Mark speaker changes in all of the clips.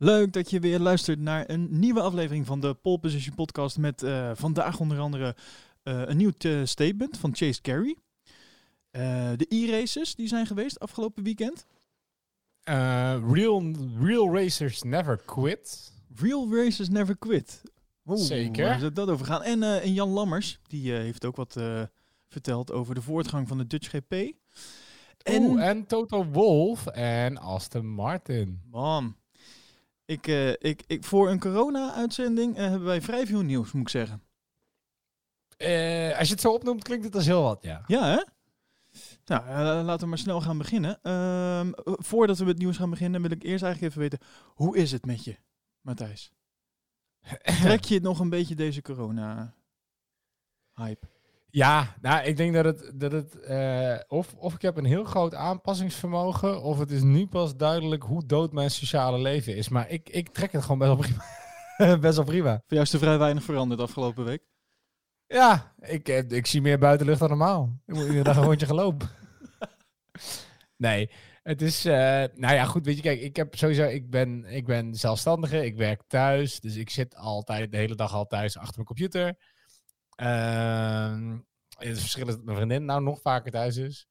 Speaker 1: Leuk dat je weer luistert naar een nieuwe aflevering van de Pole Position podcast met vandaag onder andere een nieuw statement van Chase Carey. De e-races die zijn geweest afgelopen weekend.
Speaker 2: Real racers never quit.
Speaker 1: Real racers never quit.
Speaker 2: Zeker.
Speaker 1: Waar zou dat over gaan? En Jan Lammers, die heeft ook wat verteld over de voortgang van de Dutch GP.
Speaker 2: En Toto Wolff en Aston Martin.
Speaker 1: Man, ik voor een corona-uitzending hebben wij vrij veel nieuws, moet ik zeggen.
Speaker 2: Als je het zo opnoemt, klinkt het als heel wat, ja.
Speaker 1: Ja, hè? Nou, laten we maar snel gaan beginnen. Voordat we met nieuws gaan beginnen, wil ik eerst eigenlijk even weten, hoe is het met je, Matthijs? Trek je nog een beetje deze corona-hype?
Speaker 2: Ja, nou, ik denk dat het of ik heb een heel groot aanpassingsvermogen, of het is nu pas duidelijk hoe dood mijn sociale leven is. Maar ik trek het gewoon best wel prima. Best wel prima.
Speaker 1: Voor jou is er vrij weinig veranderd afgelopen week.
Speaker 2: Ja, ik zie meer buitenlucht dan normaal. Ik moet iedere dag een rondje gaan lopen. Nee, het is... nou ja, goed, weet je, kijk, ik ben zelfstandige, ik werk thuis, dus ik zit altijd de hele dag al thuis achter mijn computer. Het verschil is dat mijn vriendin nou nog vaker thuis is.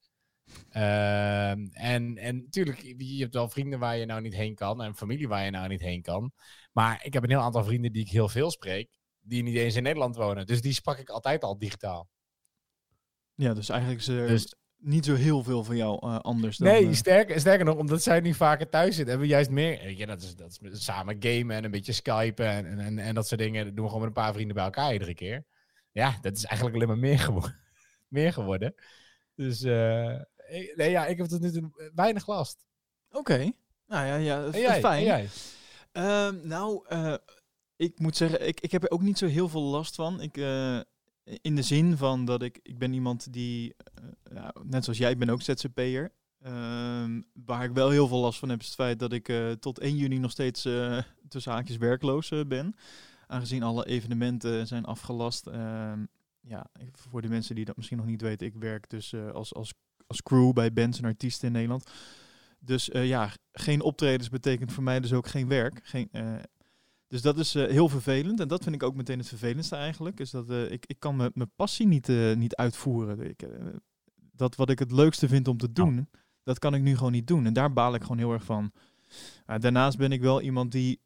Speaker 2: En natuurlijk, je hebt wel vrienden waar je nou niet heen kan en familie waar je nou niet heen kan. Maar ik heb een heel aantal vrienden die ik heel veel spreek, die niet eens in Nederland wonen. Dus die sprak ik altijd al digitaal.
Speaker 1: Ja, dus eigenlijk is er niet zo heel veel van jou anders dan...
Speaker 2: Nee, sterker nog, omdat zij nu vaker thuis zitten, hebben we juist meer... Weet je, dat is samen gamen en een beetje skypen en dat soort dingen. Dat doen we gewoon met een paar vrienden bij elkaar iedere keer. Ja, dat is eigenlijk alleen maar meer geworden. Dus ik heb tot nu toe weinig last.
Speaker 1: Oké. Nou ja, dat is fijn. En jij? Ik moet zeggen, ik heb er ook niet zo heel veel last van. In de zin van dat ik ben iemand die, net zoals jij, ik ben ook ZZP'er. Waar ik wel heel veel last van heb, is het feit dat ik tot 1 juni nog steeds tussen haakjes werkloos ben. Aangezien alle evenementen zijn afgelast. Voor de mensen die dat misschien nog niet weten, ik werk dus als crew bij bands en artiesten in Nederland. Dus geen optredens betekent voor mij dus ook geen werk. Dus dat is heel vervelend. En dat vind ik ook meteen het vervelendste eigenlijk. Is dat ik kan mijn passie niet uitvoeren. Dat wat ik het leukste vind om te doen, dat kan ik nu gewoon niet doen. En daar baal ik gewoon heel erg van. Daarnaast ben ik wel iemand die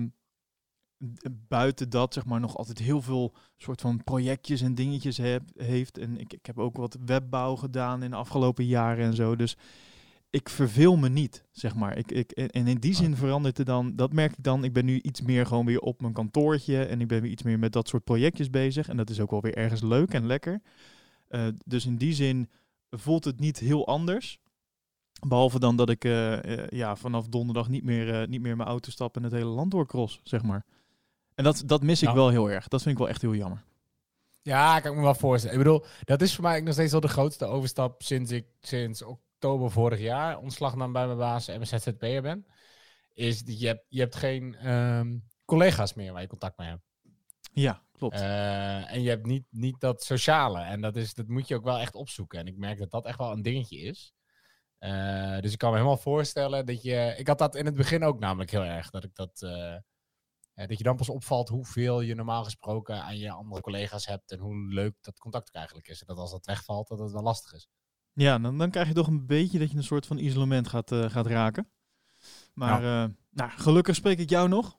Speaker 1: buiten dat zeg maar nog altijd heel veel soort van projectjes en dingetjes heeft. En ik heb ook wat webbouw gedaan in de afgelopen jaren en zo. Dus ik verveel me niet, zeg maar. En in die zin verandert het dan, dat merk ik dan. Ik ben nu iets meer gewoon weer op mijn kantoortje en ik ben weer iets meer met dat soort projectjes bezig. En dat is ook wel weer ergens leuk en lekker. Dus in die zin voelt het niet heel anders. Behalve dan dat ik vanaf donderdag niet meer mijn auto stap en het hele land doorcross, zeg maar. En dat mis ik wel heel erg. Dat vind ik wel echt heel jammer.
Speaker 2: Ja, kan ik me wel voorstellen. Ik bedoel, dat is voor mij nog steeds wel de grootste overstap sinds oktober vorig jaar ontslag nam bij mijn baas en mijn ZZP'er ben. Is dat je hebt geen collega's meer waar je contact mee hebt.
Speaker 1: Ja, klopt.
Speaker 2: En je hebt niet dat sociale. En dat moet je ook wel echt opzoeken. En ik merk dat dat echt wel een dingetje is. Dus ik kan me helemaal voorstellen dat je... Ik had dat in het begin ook namelijk heel erg. Dat je dan pas opvalt hoeveel je normaal gesproken aan je andere collega's hebt. En hoe leuk dat contact ook eigenlijk is. En dat als dat wegvalt, dat het dan lastig is.
Speaker 1: Ja, dan krijg je toch een beetje dat je een soort van isolement gaat raken. Maar gelukkig spreek ik jou nog.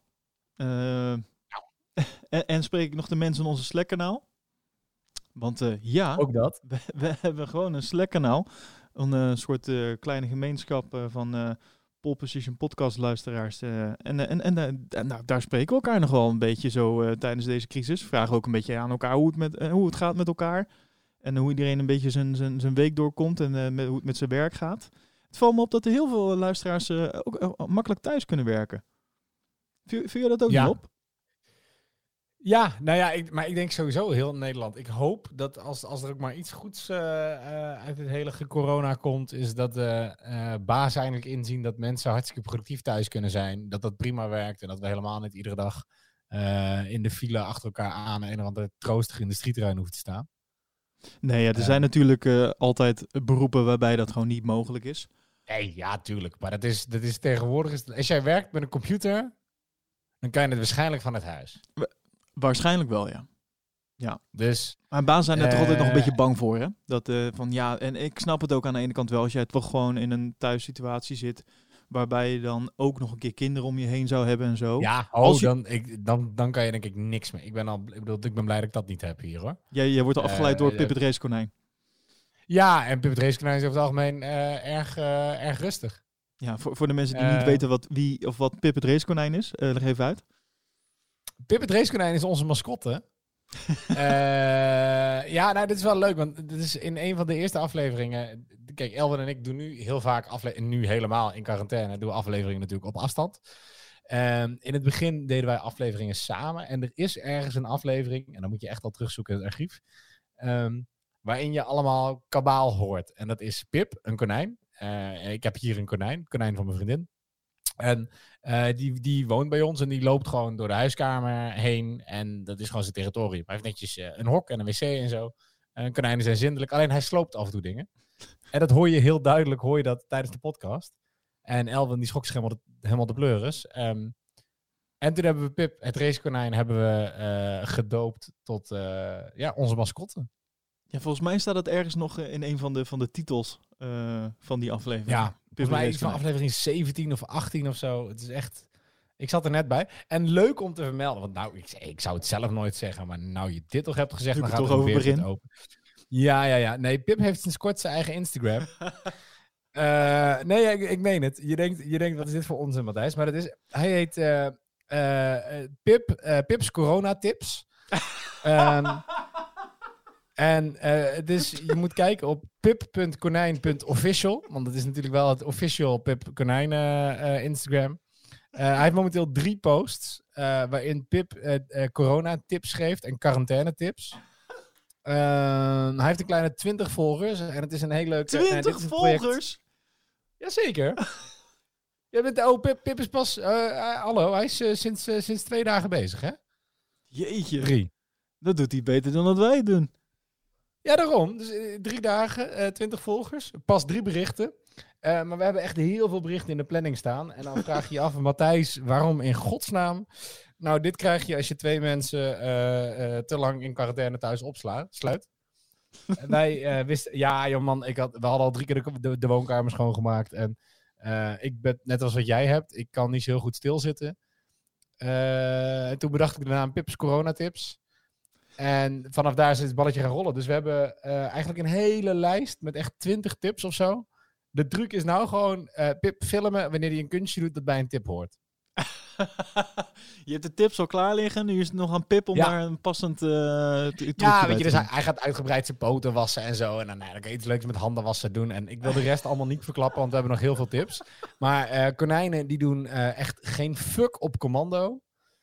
Speaker 1: En spreek ik nog de mensen in onze Slack-kanaal. Want
Speaker 2: ook dat.
Speaker 1: We hebben gewoon een Slack-kanaal. Een soort kleine gemeenschap van Pole Position podcast luisteraars. Daar spreken we elkaar nog wel een beetje zo tijdens deze crisis. We vragen ook een beetje aan elkaar hoe het gaat met elkaar. En hoe iedereen een beetje zijn week doorkomt en hoe het met zijn werk gaat. Het valt me op dat er heel veel luisteraars ook makkelijk thuis kunnen werken. Vind je dat ook niet op?
Speaker 2: Ja, nou ja, maar ik denk sowieso heel Nederland. Ik hoop dat als er ook maar iets goeds uit het hele corona komt, is dat de baas eindelijk inzien dat mensen hartstikke productief thuis kunnen zijn. Dat prima werkt en dat we helemaal niet iedere dag in de file achter elkaar aan een of andere troostig in de streetrun hoeven te staan.
Speaker 1: Nee, er zijn natuurlijk altijd beroepen waarbij dat gewoon niet mogelijk is.
Speaker 2: Nee, ja, tuurlijk. Maar dat is tegenwoordig... Als jij werkt met een computer dan kan je het waarschijnlijk van het huis.
Speaker 1: Waarschijnlijk wel, ja. Ja.
Speaker 2: Dus,
Speaker 1: mijn baas zijn er toch altijd nog een beetje bang voor, hè? Dat van ja, en ik snap het ook aan de ene kant wel. Als jij toch gewoon in een thuissituatie zit, waarbij je dan ook nog een keer kinderen om je heen zou hebben en zo.
Speaker 2: Ja, dan kan je denk ik niks meer. Ik ben blij dat ik dat niet heb hier, hoor.
Speaker 1: Jij wordt afgeleid door Pip het racekonijn.
Speaker 2: Ja, en Pip het racekonijn is over het algemeen erg rustig.
Speaker 1: Ja, voor de mensen die niet weten wat Pip het racekonijn is, leg even uit.
Speaker 2: Pip het racekonijn is onze mascotte. Ja, nou, dit is wel leuk, want dit is in een van de eerste afleveringen. Kijk, Elwin en ik doen nu heel vaak nu helemaal in quarantaine, doen we afleveringen natuurlijk op afstand. In het begin deden wij afleveringen samen. En er is ergens een aflevering, en dan moet je echt al terugzoeken in het archief, waarin je allemaal kabaal hoort. En dat is Pip, een konijn. Ik heb hier een konijn van mijn vriendin. En die woont bij ons en die loopt gewoon door de huiskamer heen. En dat is gewoon zijn territorium. Hij heeft netjes een hok en een wc en zo. Konijnen zijn zindelijk, alleen hij sloopt af en toe dingen. En dat hoor je heel duidelijk, tijdens de podcast. En Elwin die schrok zich helemaal de pleuris. En toen hebben we Pip, het racekonijn, gedoopt tot onze mascotte.
Speaker 1: Ja, volgens mij staat het ergens nog in een van de titels van die aflevering.
Speaker 2: Ja, volgens mij iets van aflevering 17 of 18 of zo. Het is echt... Ik zat er net bij. En leuk om te vermelden, want nou, ik zou het zelf nooit zeggen, maar nou je dit toch hebt gezegd, dan gaat het weer beginnen. Open. Ja. Nee, Pip heeft sinds kort zijn eigen Instagram. Nee, ik meen het. Je denkt, wat is dit voor onzin, Matthijs? Maar hij heet Pips Corona Tips. Dus je moet kijken op pip.konijn.official. Want dat is natuurlijk wel het official Pip Konijn Instagram. Hij heeft momenteel 3 posts. Waarin Pip corona tips geeft en quarantaine tips. Hij heeft een kleine 20 volgers. En het is een heel leuk...
Speaker 1: 20 volgers?
Speaker 2: Jazeker. Pip is pas... hallo, hij is sinds 2 dagen bezig, hè?
Speaker 1: Jeetje.
Speaker 2: 3.
Speaker 1: Dat doet hij beter dan dat wij doen.
Speaker 2: Ja, daarom. Dus 3 dagen, 20 volgers. Pas 3 berichten. Maar we hebben echt heel veel berichten in de planning staan. En dan vraag je je af, Matthijs, waarom in godsnaam? Nou, dit krijg je als je 2 mensen te lang in quarantaine thuis sluit. Wij wisten... Ja, joh man, we hadden al 3 keer de woonkamer schoongemaakt. En ik ben, net als wat jij hebt, ik kan niet zo heel goed stilzitten. En toen bedacht ik de naam Pips Corona Tips. En vanaf daar is het balletje gaan rollen. Dus we hebben eigenlijk een hele lijst met echt 20 tips of zo. De truc is nou gewoon Pip filmen wanneer hij een kunstje doet dat bij een tip hoort.
Speaker 1: Je hebt de tips al klaar liggen. Nu is het nog aan Pip om daar een passend
Speaker 2: ja, weet je, dus hij gaat uitgebreid zijn poten wassen en zo. En dan kan je iets leuks met handen wassen doen. En ik wil de rest allemaal niet verklappen, want we hebben nog heel veel tips. Maar konijnen die doen echt geen fuck op commando.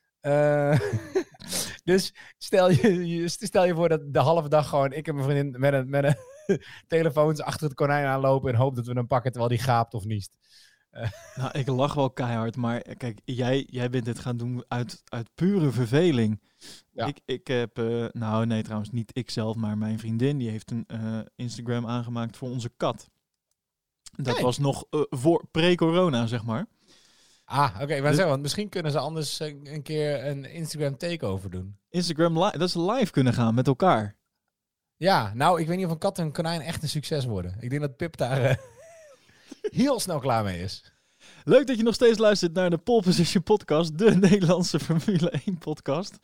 Speaker 2: Dus stel je voor dat de halve dag gewoon ik en mijn vriendin met een telefoons achter het konijn aanlopen en hoop dat we hem pakken terwijl die gaapt of niest.
Speaker 1: Nou, ik lach wel keihard, maar kijk, jij bent dit gaan doen uit pure verveling. Ja. Ik heb, nee trouwens niet ik zelf, maar mijn vriendin, die heeft een Instagram aangemaakt voor onze kat. Dat was nog voor pre-corona, zeg maar.
Speaker 2: Ah, oké. Maar want misschien kunnen ze anders een keer een Instagram takeover doen.
Speaker 1: Instagram dat ze live kunnen gaan met elkaar.
Speaker 2: Ja, nou, ik weet niet of een kat en een konijn echt een succes worden. Ik denk dat Pip daar heel snel klaar mee is.
Speaker 1: Leuk dat je nog steeds luistert naar de Pole Position Podcast, de Nederlandse Formule 1 podcast.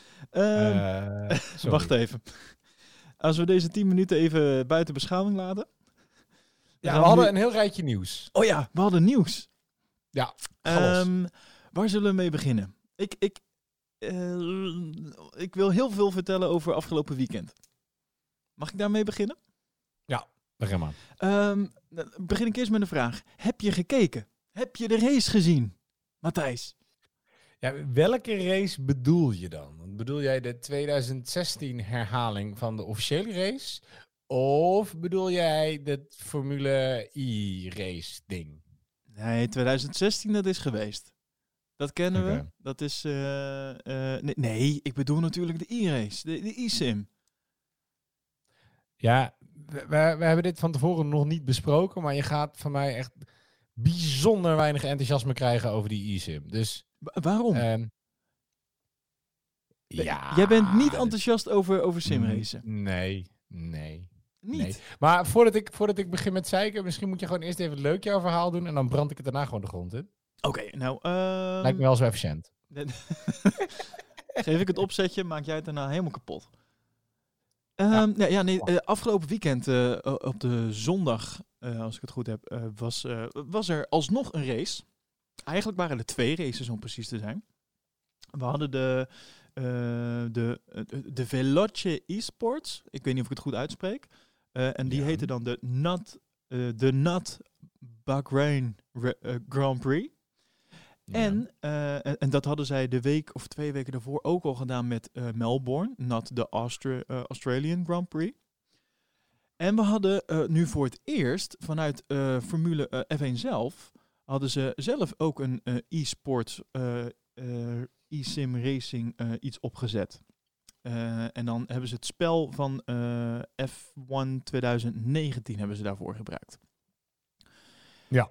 Speaker 1: Wacht even. Als we deze 10 minuten even buiten beschouwing laten.
Speaker 2: Ja, we hadden een heel rijtje nieuws.
Speaker 1: Oh ja, we hadden nieuws.
Speaker 2: Ja,
Speaker 1: waar zullen we mee beginnen? Ik wil heel veel vertellen over afgelopen weekend. Mag ik daarmee beginnen?
Speaker 2: Ja, begin maar.
Speaker 1: Begin ik eerst met een vraag. Heb je gekeken? Heb je de race gezien, Matthijs?
Speaker 2: Ja, welke race bedoel je dan? Bedoel jij de 2016 herhaling van de officiële race? Of bedoel jij de Formule E race ding?
Speaker 1: Nee, 2016 dat is geweest. Dat kennen we. Dat is... nee, ik bedoel natuurlijk de e-race. De e-sim.
Speaker 2: Ja, we hebben dit van tevoren nog niet besproken. Maar je gaat van mij echt bijzonder weinig enthousiasme krijgen over die e-sim. Dus,
Speaker 1: waarom?
Speaker 2: Ja.
Speaker 1: Jij bent niet enthousiast over simracen?
Speaker 2: Nee.
Speaker 1: Niet?
Speaker 2: Nee. Maar voordat ik begin met zeiken, misschien moet je gewoon eerst even leuk jouw verhaal doen en dan brand ik het daarna gewoon de grond in.
Speaker 1: Oké, nou...
Speaker 2: Lijkt me wel zo efficiënt.
Speaker 1: Geef ik het opzetje, maak jij het daarna helemaal kapot. Afgelopen weekend, op de zondag, als ik het goed heb, was er alsnog een race. Eigenlijk waren er 2 races om precies te zijn. We hadden de Veloce eSports. Ik weet niet of ik het goed uitspreek. En die heette dan de NAT Bahrain Grand Prix. Ja. En dat hadden zij de week of 2 weken daarvoor ook al gedaan met Melbourne, NAT de Australian Grand Prix. En we hadden nu voor het eerst vanuit Formule F1 zelf, hadden ze zelf ook een e-sports, e-sim racing iets opgezet. En dan hebben ze het spel van F1 2019 hebben ze daarvoor gebruikt.
Speaker 2: Ja.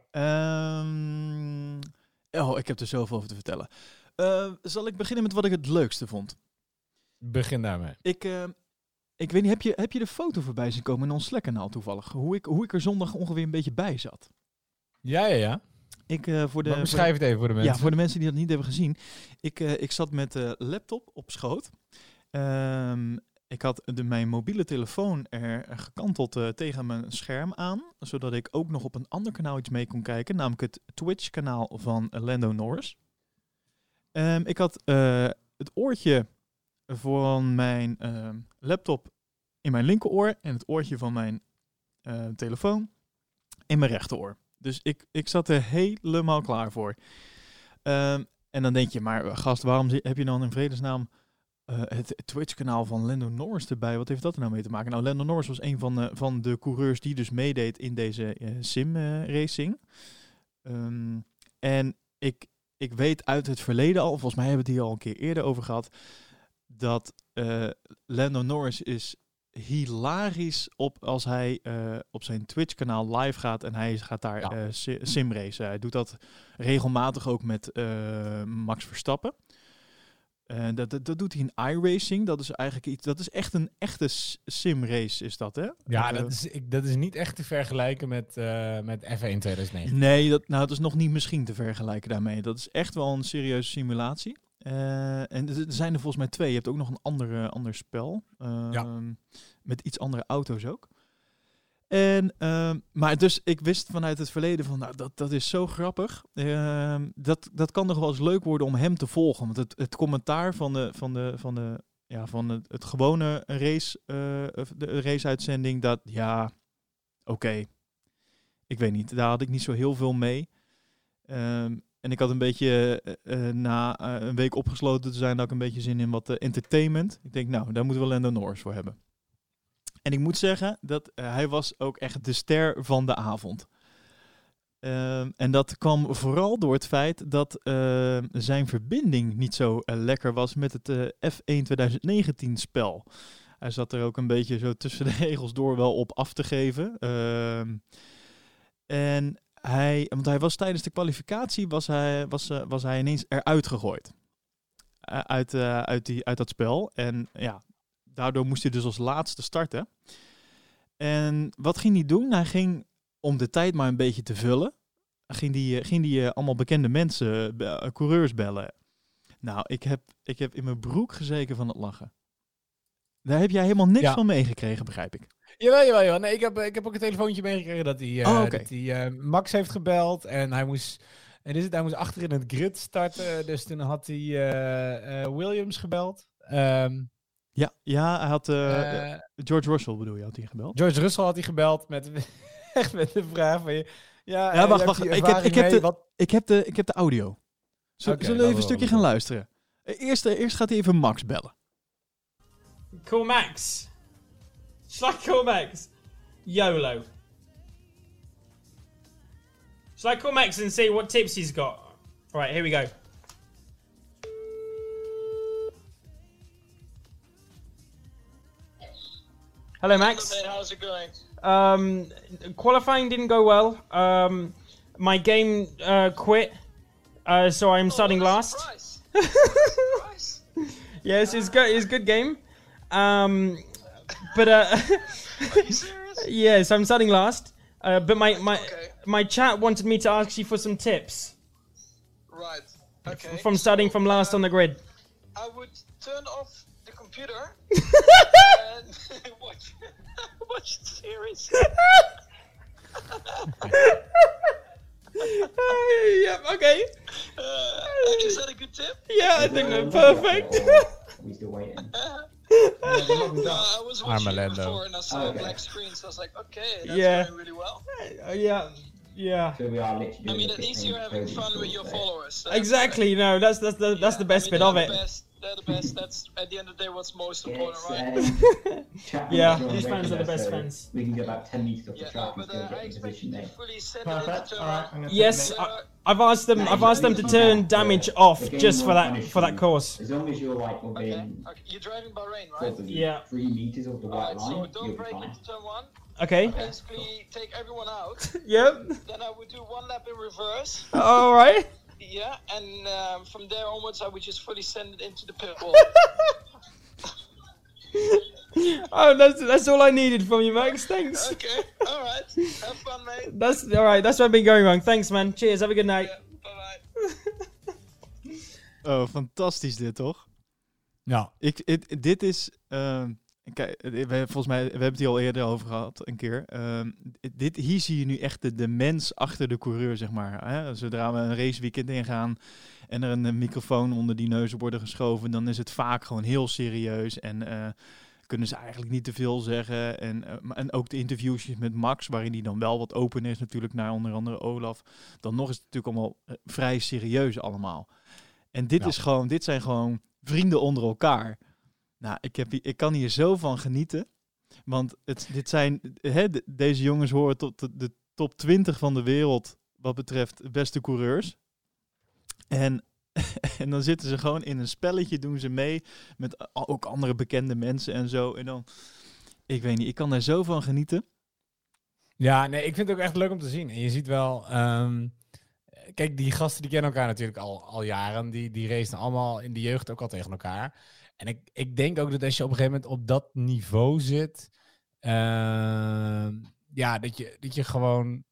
Speaker 1: Ik heb er zoveel over te vertellen. Zal ik beginnen met wat ik het leukste vond?
Speaker 2: Begin daarmee.
Speaker 1: Ik weet niet, heb je de foto voorbij zien komen in ons Slack-kanaal toevallig? Hoe ik er zondag ongeveer een beetje bij zat.
Speaker 2: Ja. Beschrijf het even voor de mensen.
Speaker 1: Ja, voor de mensen die dat niet hebben gezien. Ik zat met de laptop op schoot. Ik had mijn mobiele telefoon er gekanteld tegen mijn scherm aan. Zodat ik ook nog op een ander kanaal iets mee kon kijken. Namelijk het Twitch-kanaal van Lando Norris. Ik had het oortje van mijn laptop in mijn linkeroor. En het oortje van mijn telefoon in mijn rechteroor. Dus ik zat er helemaal klaar voor. En dan denk je, maar gast, waarom heb je dan in vredesnaam het Twitch-kanaal van Lando Norris erbij? Wat heeft dat er nou mee te maken? Nou, Lando Norris was een van de coureurs die dus meedeed in deze sim-racing. En ik weet uit het verleden al, volgens mij hebben we het hier al een keer eerder over gehad, dat Lando Norris is hilarisch als hij op zijn Twitch-kanaal live gaat en hij gaat daar simracen. Hij doet dat regelmatig ook met Max Verstappen. Dat doet hij in iRacing. Dat is eigenlijk iets. Dat is echt een echte simrace, is dat, hè?
Speaker 2: Ja, dat is niet echt te vergelijken met F1 2019.
Speaker 1: Nee, dat is nog niet misschien te vergelijken daarmee. Dat is echt wel een serieuze simulatie. En er zijn er volgens mij 2. Je hebt ook nog een ander spel. Met iets andere auto's ook. Maar dus ik wist vanuit het verleden van, nou, dat is zo grappig. Dat kan nog wel eens leuk worden om hem te volgen. Want het commentaar van het gewone race, de raceuitzending, dat, ja, oké. Ik weet niet, daar had ik niet zo heel veel mee. En ik had een beetje na een week opgesloten te zijn, dat ik een beetje zin in wat entertainment. Ik denk, nou, daar moeten we Lando Norris voor hebben. En ik moet zeggen dat hij was ook echt de ster van de avond. En dat kwam vooral door het feit dat zijn verbinding niet zo lekker was met het F1 2019 spel. Hij zat er ook een beetje zo tussen de regels door wel op af te geven. Want hij was tijdens de kwalificatie was hij ineens eruit gegooid. Uit dat spel. En ja, daardoor moest hij dus als laatste starten. En wat ging hij doen? Hij ging, om de tijd maar een beetje te vullen, ging die allemaal bekende mensen, coureurs bellen. Nou, ik heb in mijn broek gezeken van het lachen. Daar heb jij helemaal niks van meegekregen, begrijp ik.
Speaker 2: Jawel. Nee, ik heb ook een telefoontje meegekregen dat hij Max heeft gebeld en hij moest achter in het grid starten. Dus toen had hij Williams gebeld.
Speaker 1: Ja, hij had George Russell, bedoel je, had hij gebeld?
Speaker 2: George Russell had hij gebeld met de vraag van je.
Speaker 1: Ja, wacht. Ik heb de audio. Zullen we even een stukje gaan luisteren? Eerst gaat hij even Max bellen.
Speaker 3: Call Max. Shall I call Max? YOLO. Shall I call Max and see what tips he's got? Alright, here we go. Hello, Max.
Speaker 4: Hello, mate. How's it going?
Speaker 3: Qualifying didn't go well. My game quit, so I'm starting last. Yes, it's good. It's a good game. But
Speaker 4: Are you serious?
Speaker 3: yes, I'm starting last. But my
Speaker 4: Okay.
Speaker 3: chat wanted me to ask you for some tips
Speaker 4: Right. Okay.
Speaker 3: from starting from last on the grid.
Speaker 4: I would turn off the computer and watch the series.
Speaker 3: Yeah. Okay.
Speaker 4: Is that a good tip?
Speaker 3: Yeah, I think they're perfect.
Speaker 5: We're still waiting.
Speaker 4: I was watching it
Speaker 2: Armando.
Speaker 4: before and I saw
Speaker 5: Okay.
Speaker 4: a black screen, so I was like, okay, that's
Speaker 3: Yeah.
Speaker 4: going really well.
Speaker 3: Yeah.
Speaker 5: So we are literally
Speaker 4: I
Speaker 5: doing
Speaker 4: mean,
Speaker 5: a
Speaker 4: at
Speaker 5: quick
Speaker 4: least you're
Speaker 5: thing,
Speaker 4: having
Speaker 5: coding
Speaker 4: fun with
Speaker 5: call,
Speaker 4: your
Speaker 5: so-
Speaker 4: followers. So that's
Speaker 3: Exactly. No, that's the
Speaker 4: Yeah,
Speaker 3: best
Speaker 4: I
Speaker 3: bit
Speaker 4: mean,
Speaker 3: of
Speaker 4: they're
Speaker 3: it.
Speaker 4: the best. They're the best. That's at the end of the day what's most important,
Speaker 5: It's,
Speaker 4: right?
Speaker 5: chat
Speaker 3: Yeah,
Speaker 5: rooms
Speaker 3: these
Speaker 5: on
Speaker 3: fans are the
Speaker 5: regular,
Speaker 3: best
Speaker 5: so
Speaker 3: fans.
Speaker 5: We can go about 10 meters off the
Speaker 4: Yeah,
Speaker 5: track and
Speaker 4: but
Speaker 5: still
Speaker 4: I
Speaker 5: get in
Speaker 4: expect
Speaker 5: position
Speaker 4: you
Speaker 5: there.
Speaker 4: to fully set it into
Speaker 6: Perfect.
Speaker 4: turn
Speaker 6: Alright,
Speaker 4: one.
Speaker 6: I'm gonna
Speaker 3: Yes,
Speaker 6: take a minute.
Speaker 3: I've asked them to turn damage off
Speaker 5: The game
Speaker 3: just for
Speaker 5: won't
Speaker 3: that
Speaker 5: punish you
Speaker 3: course.
Speaker 5: As long as you're like
Speaker 4: Okay.
Speaker 5: within
Speaker 4: Okay. You're driving Bahrain, right?
Speaker 5: probably
Speaker 3: Yeah.
Speaker 5: 3 meters of the white
Speaker 4: Alright,
Speaker 5: line,
Speaker 4: so
Speaker 5: you'll
Speaker 4: don't
Speaker 5: be
Speaker 4: break
Speaker 5: fine.
Speaker 4: into turn one.
Speaker 3: Okay.
Speaker 4: Basically, take everyone out.
Speaker 3: Yep.
Speaker 4: Then I would do one lap in reverse.
Speaker 3: All right.
Speaker 4: Yeah, and from there onwards, I would just fully send it into the pit wall.
Speaker 3: Oh, that's all I needed from you, Max. Thanks.
Speaker 4: Okay. All right. Have fun, mate.
Speaker 3: That's all right. That's what I've been going wrong. Thanks, man. Cheers. Have a good night.
Speaker 4: Yeah, bye-bye.
Speaker 1: Oh, fantastisch dit, toch?
Speaker 2: Ja.
Speaker 1: Dit is... kijk, volgens mij, we hebben het hier al eerder over gehad, een keer. Hier zie je nu echt de mens achter de coureur, zeg maar. Hè? Zodra we een raceweekend ingaan en er een microfoon onder die neus worden geschoven, dan is het vaak gewoon heel serieus en kunnen ze eigenlijk niet te veel zeggen. En ook de interviews met Max, waarin die dan wel wat open is natuurlijk naar onder andere Olaf. Dan nog is het natuurlijk allemaal vrij serieus allemaal. En dit zijn gewoon vrienden onder elkaar. Nou, ik kan hier zo van genieten. Want dit zijn, deze jongens horen tot de top 20 van de wereld wat betreft beste coureurs. En dan zitten ze gewoon in een spelletje, doen ze mee met ook andere bekende mensen en zo. En dan, ik weet niet, ik kan daar zo van genieten.
Speaker 2: Ja, nee, ik vind het ook echt leuk om te zien. En je ziet wel... kijk, die gasten die kennen elkaar natuurlijk al jaren. Die racen allemaal in de jeugd ook al tegen elkaar. En ik denk ook dat als je op een gegeven moment op dat niveau zit... dat je gewoon...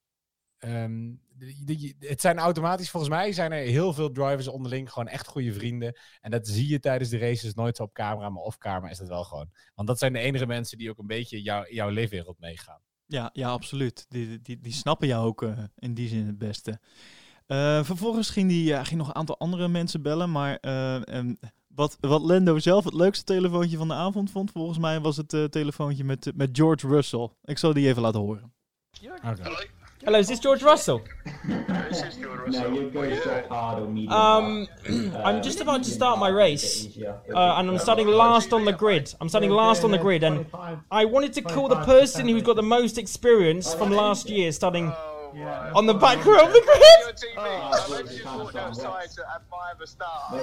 Speaker 2: het zijn automatisch, volgens mij zijn er heel veel drivers onderling gewoon echt goede vrienden. En dat zie je tijdens de races nooit zo op camera, maar off camera is dat wel gewoon. Want dat zijn de enige mensen die ook een beetje jouw leefwereld meegaan. Ja,
Speaker 1: absoluut. Die snappen jou ook in die zin het beste. Vervolgens ging ging nog een aantal andere mensen bellen, maar wat Lando zelf het leukste telefoontje van de avond vond, volgens mij was het telefoontje met George Russell. Ik zal die even laten horen.
Speaker 2: Okay.
Speaker 3: Hello, is this George Russell?
Speaker 4: This is George Russell.
Speaker 5: No, you're going so hard or medium.
Speaker 3: I'm just about to start my race, and I'm starting last on the grid. I'm starting last on the grid, and I wanted to call the person who's got the most experience from last year starting on the back row of the grid.
Speaker 4: Your TV. I just walked outside to admire the stars.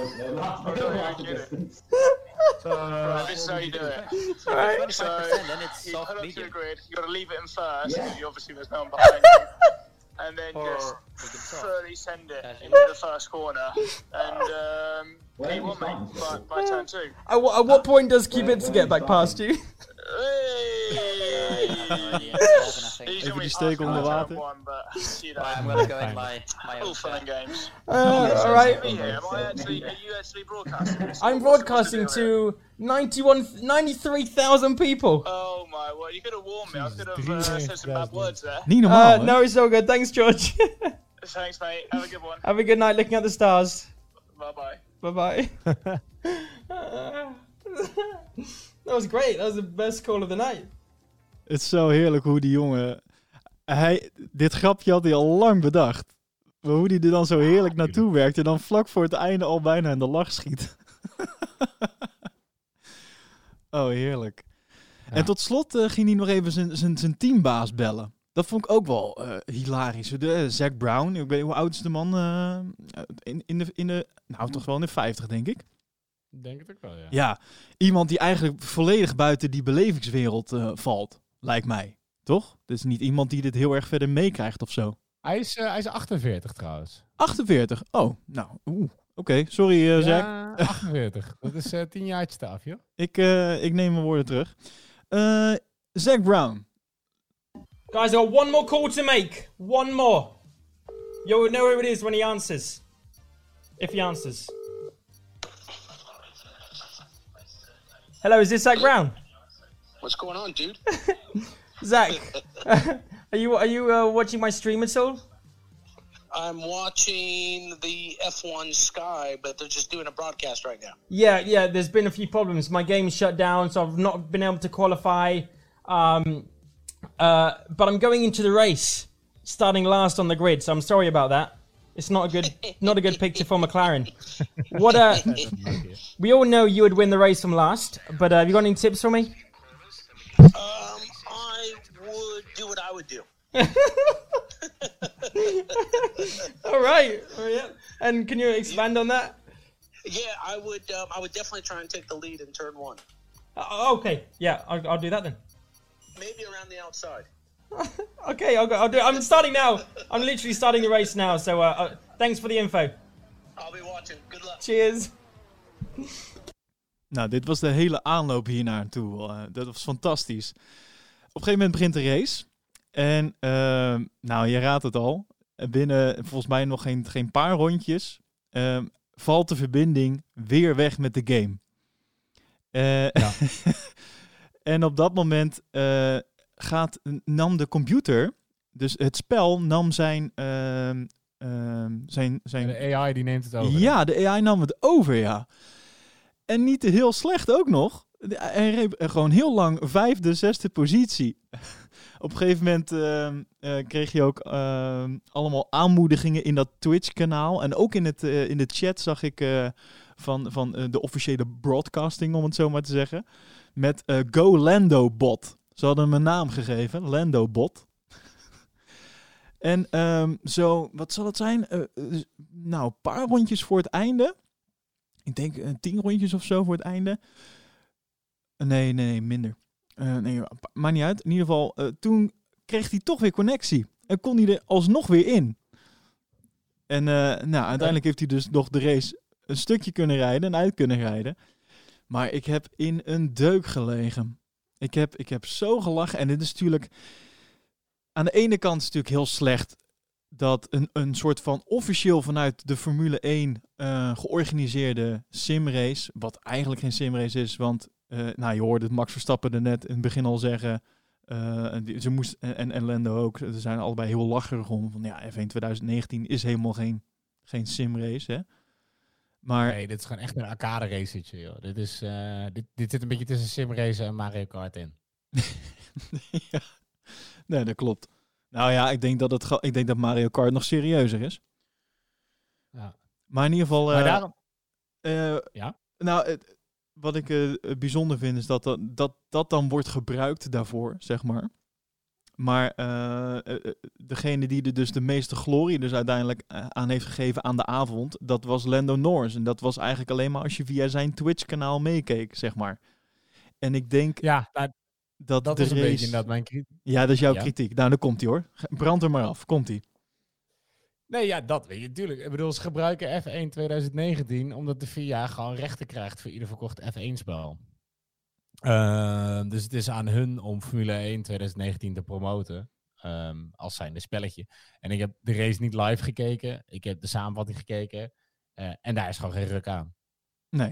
Speaker 4: This is how you do it.
Speaker 3: Alright.
Speaker 4: So,
Speaker 6: 25%, then it's
Speaker 4: you
Speaker 6: soft
Speaker 4: pull up to
Speaker 6: medium.
Speaker 4: the grid, you got to leave it in first,
Speaker 5: Yeah.
Speaker 4: because obviously there's no one behind you. And then
Speaker 6: Or
Speaker 4: just
Speaker 6: we can soft.
Speaker 4: fully send it
Speaker 6: Casual.
Speaker 4: into the first corner. And
Speaker 5: Where
Speaker 4: you
Speaker 5: are
Speaker 4: won,
Speaker 5: you
Speaker 4: mate,
Speaker 5: starting?
Speaker 4: by turn two.
Speaker 3: At what point does Kubica get back past you?
Speaker 4: Hey!
Speaker 1: Even die steek onder water.
Speaker 6: I'm gonna go in my
Speaker 4: All
Speaker 6: own
Speaker 4: fun and
Speaker 6: chat.
Speaker 4: games.
Speaker 3: Alright.
Speaker 4: Are you actually broadcasting this?
Speaker 3: I'm broadcasting to 93,000 people.
Speaker 4: Oh my word, you could have warned me. I could have said some bad words there.
Speaker 1: Niet normaal, hè?
Speaker 3: No, it's all good. Thanks, George.
Speaker 4: Thanks, mate. Have a good one.
Speaker 3: Have a good night looking at the stars.
Speaker 4: Bye bye.
Speaker 3: Bye-bye. That was great. That was the best call of the night.
Speaker 1: Het is zo heerlijk hoe die jongen... Dit grapje had hij al lang bedacht. Maar hoe hij er dan zo heerlijk naartoe werkt en dan vlak voor het einde al bijna in de lach schiet. Oh, heerlijk.
Speaker 2: Ja.
Speaker 1: En tot slot ging hij nog even zijn teambaas bellen. Dat vond ik ook wel hilarisch. Zac Brown, ik weet niet hoe oud is de man? Nou, toch wel in de 50, denk ik.
Speaker 2: Denk het ook wel, ja.
Speaker 1: Ja, iemand die eigenlijk volledig buiten die belevingswereld valt, lijkt mij. Toch? Dus niet iemand die dit heel erg verder meekrijgt of zo.
Speaker 2: Hij is 48 trouwens.
Speaker 1: 48. Oh, nou, Oké, sorry Zack.
Speaker 2: Ja, 48. Dat is 10 jaartjes te af, joh.
Speaker 1: Ik neem mijn woorden terug. Zack Brown.
Speaker 3: Guys, I got one more call to make. One more. You will know who it is when he answers. If he answers. Hello, is this Zack Brown?
Speaker 4: What's going on, dude?
Speaker 3: Zack, are you watching my stream at all?
Speaker 4: I'm watching the F1 Sky, but they're just doing a broadcast right now.
Speaker 3: Yeah. There's been a few problems. My game is shut down, so I've not been able to qualify. But I'm going into the race, starting last on the grid. So I'm sorry about that. It's not a good picture for McLaren. We all know you would win the race from last, but have you got any tips for me?
Speaker 4: I would do what I would do.
Speaker 3: All right. Yeah. And can you expand on that?
Speaker 4: Yeah, I would definitely try and take the lead in turn 1.
Speaker 3: Okay. Yeah, I'll do that then.
Speaker 4: Maybe around the outside.
Speaker 3: Okay, I'll do it. I'm starting now. I'm literally starting the race now. So thanks for the info.
Speaker 4: I'll be watching. Good luck.
Speaker 3: Cheers.
Speaker 1: Nou, dit was de hele aanloop hier naartoe. Dat was fantastisch. Op een gegeven moment begint de race. En, nou, je raadt het al. Binnen volgens mij nog geen paar rondjes valt de verbinding weer weg met de game. Ja. En op dat moment nam de computer, dus het spel nam zijn...
Speaker 2: De AI die neemt het over.
Speaker 1: Ja, de AI nam het over, ja. En niet heel slecht ook nog. Hij reed gewoon heel lang 5e, 6e positie. Op een gegeven moment kreeg je ook allemaal aanmoedigingen in dat Twitch-kanaal. En ook in de chat zag ik van de officiële broadcasting, om het zo maar te zeggen. Met Go Lando Bot. Ze hadden hem een naam gegeven, Lando Bot. En zo, wat zal het zijn? Nou, een paar rondjes voor het einde. Ik denk 10 rondjes of zo voor het einde. Nee, minder. Maakt niet uit. In ieder geval, toen kreeg hij toch weer connectie. En kon hij er alsnog weer in. En uiteindelijk heeft hij dus nog de race een stukje kunnen rijden en uit kunnen rijden. Maar ik heb in een deuk gelegen. Ik heb zo gelachen. En dit is natuurlijk... Aan de ene kant is het natuurlijk heel slecht dat een soort van officieel vanuit de Formule 1 georganiseerde simrace, wat eigenlijk geen simrace is, want je hoorde het Max Verstappen er net in het begin al zeggen, ze moest, en Lando ook, ze zijn allebei heel lacherig om, van ja, F1 2019 is helemaal geen simrace, hè. Maar
Speaker 2: nee, dit is gewoon echt een arcade racetje, joh. Dit zit een beetje tussen simrace en Mario Kart in.
Speaker 1: Ja. Nee, dat klopt. Nou ja, ik denk dat Mario Kart nog serieuzer is. Ja. Maar in ieder geval...
Speaker 2: maar daarom...
Speaker 1: ja? Nou, wat ik bijzonder vind is dat dan wordt gebruikt daarvoor, zeg maar. Maar degene die er dus de meeste glorie dus uiteindelijk aan heeft gegeven aan de avond, dat was Lando Norris. En dat was eigenlijk alleen maar als je via zijn Twitch-kanaal meekeek, zeg maar. En ik denk...
Speaker 2: Ja,
Speaker 1: dat
Speaker 2: was
Speaker 1: race...
Speaker 2: een beetje inderdaad mijn kritiek.
Speaker 1: Ja, dat is jouw kritiek. Nou, dan komt hij hoor. Brand er maar af. Komt-ie.
Speaker 2: Nee, ja, dat weet je natuurlijk. Ik bedoel, ze gebruiken F1 2019 omdat de VIA gewoon rechten krijgt voor ieder verkocht F1-spel. Dus het is aan hun om Formule 1 2019 te promoten. Als zijnde spelletje. En ik heb de race niet live gekeken. Ik heb de samenvatting gekeken. En daar is gewoon geen ruk aan.
Speaker 1: Nee.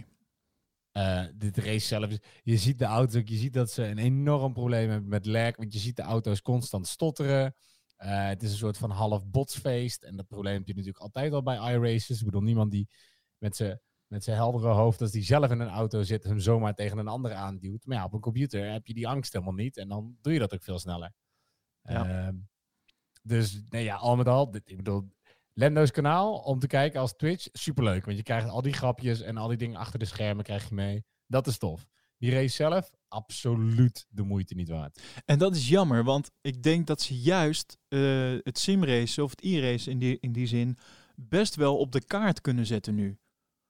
Speaker 2: De race zelf, je ziet de auto's ook, je ziet dat ze een enorm probleem hebben met lag, want je ziet de auto's constant stotteren. Het is een soort van half botsfeest en dat probleem heb je natuurlijk altijd al bij iRaces. Ik bedoel, niemand die met zijn heldere hoofd, als die zelf in een auto zit, hem zomaar tegen een andere aanduwt. Maar ja, op een computer heb je die angst helemaal niet en dan doe je dat ook veel sneller. Ja. Dus nee, ja, al met al, ik bedoel... Lando's kanaal, om te kijken als Twitch, superleuk. Want je krijgt al die grapjes en al die dingen achter de schermen krijg je mee. Dat is tof. Die race zelf, absoluut de moeite niet waard.
Speaker 1: En dat is jammer, want ik denk dat ze juist het simrace of het e-race in die zin best wel op de kaart kunnen zetten nu.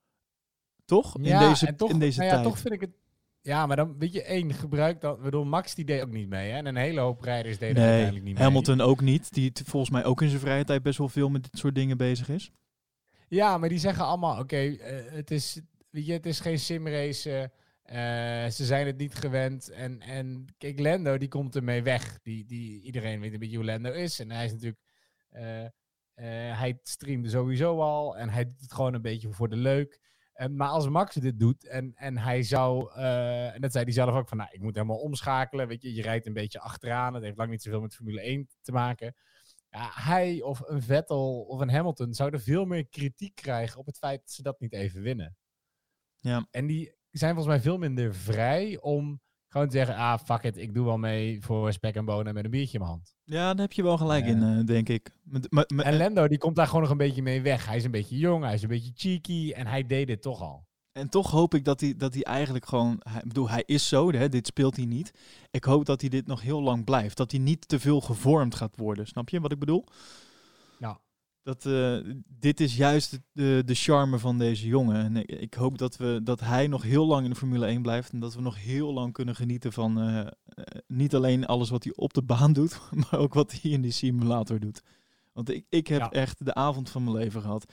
Speaker 1: Toch?
Speaker 2: Ja,
Speaker 1: in deze tijd.
Speaker 2: Ja, toch vind ik het... Ja, maar dan, weet je, gebruik dat... Ik bedoel, Max die deed ook niet mee, hè? En een hele hoop rijders deden uiteindelijk niet mee.
Speaker 1: Hamilton ook niet. Die volgens mij ook in zijn vrije tijd best wel veel met dit soort dingen bezig is.
Speaker 2: Ja, maar die zeggen allemaal, oké, het is geen simrace. Ze zijn het niet gewend. En kijk, Lando, die komt ermee weg. Iedereen weet een beetje hoe Lando is. En hij is natuurlijk... hij streamde sowieso al. En hij doet het gewoon een beetje voor de leuk. Maar als Max dit doet en hij zou... en dat zei hij zelf ook van... Nou, ik moet helemaal omschakelen. Weet je rijdt een beetje achteraan. Het heeft lang niet zoveel met Formule 1 te maken. Ja, hij of een Vettel of een Hamilton zouden veel meer kritiek krijgen op het feit dat ze dat niet even winnen.
Speaker 1: Ja.
Speaker 2: En die zijn volgens mij veel minder vrij om gewoon te zeggen, fuck it, ik doe wel mee voor spek en bonen met een biertje in mijn hand.
Speaker 1: Ja, daar heb je wel gelijk in, denk ik.
Speaker 2: En Lando, die komt daar gewoon nog een beetje mee weg. Hij is een beetje jong, hij is een beetje cheeky en hij deed dit toch al.
Speaker 1: En toch hoop ik dat hij eigenlijk gewoon... hij is zo, hè, dit speelt hij niet. Ik hoop dat hij dit nog heel lang blijft. Dat hij niet te veel gevormd gaat worden. Snap je wat ik bedoel?
Speaker 2: Ja.
Speaker 1: Dit is juist de charme van deze jongen. En ik hoop dat hij nog heel lang in de Formule 1 blijft. En dat we nog heel lang kunnen genieten van... niet alleen alles wat hij op de baan doet... maar ook wat hij in die simulator doet. Want ik heb echt de avond van mijn leven gehad.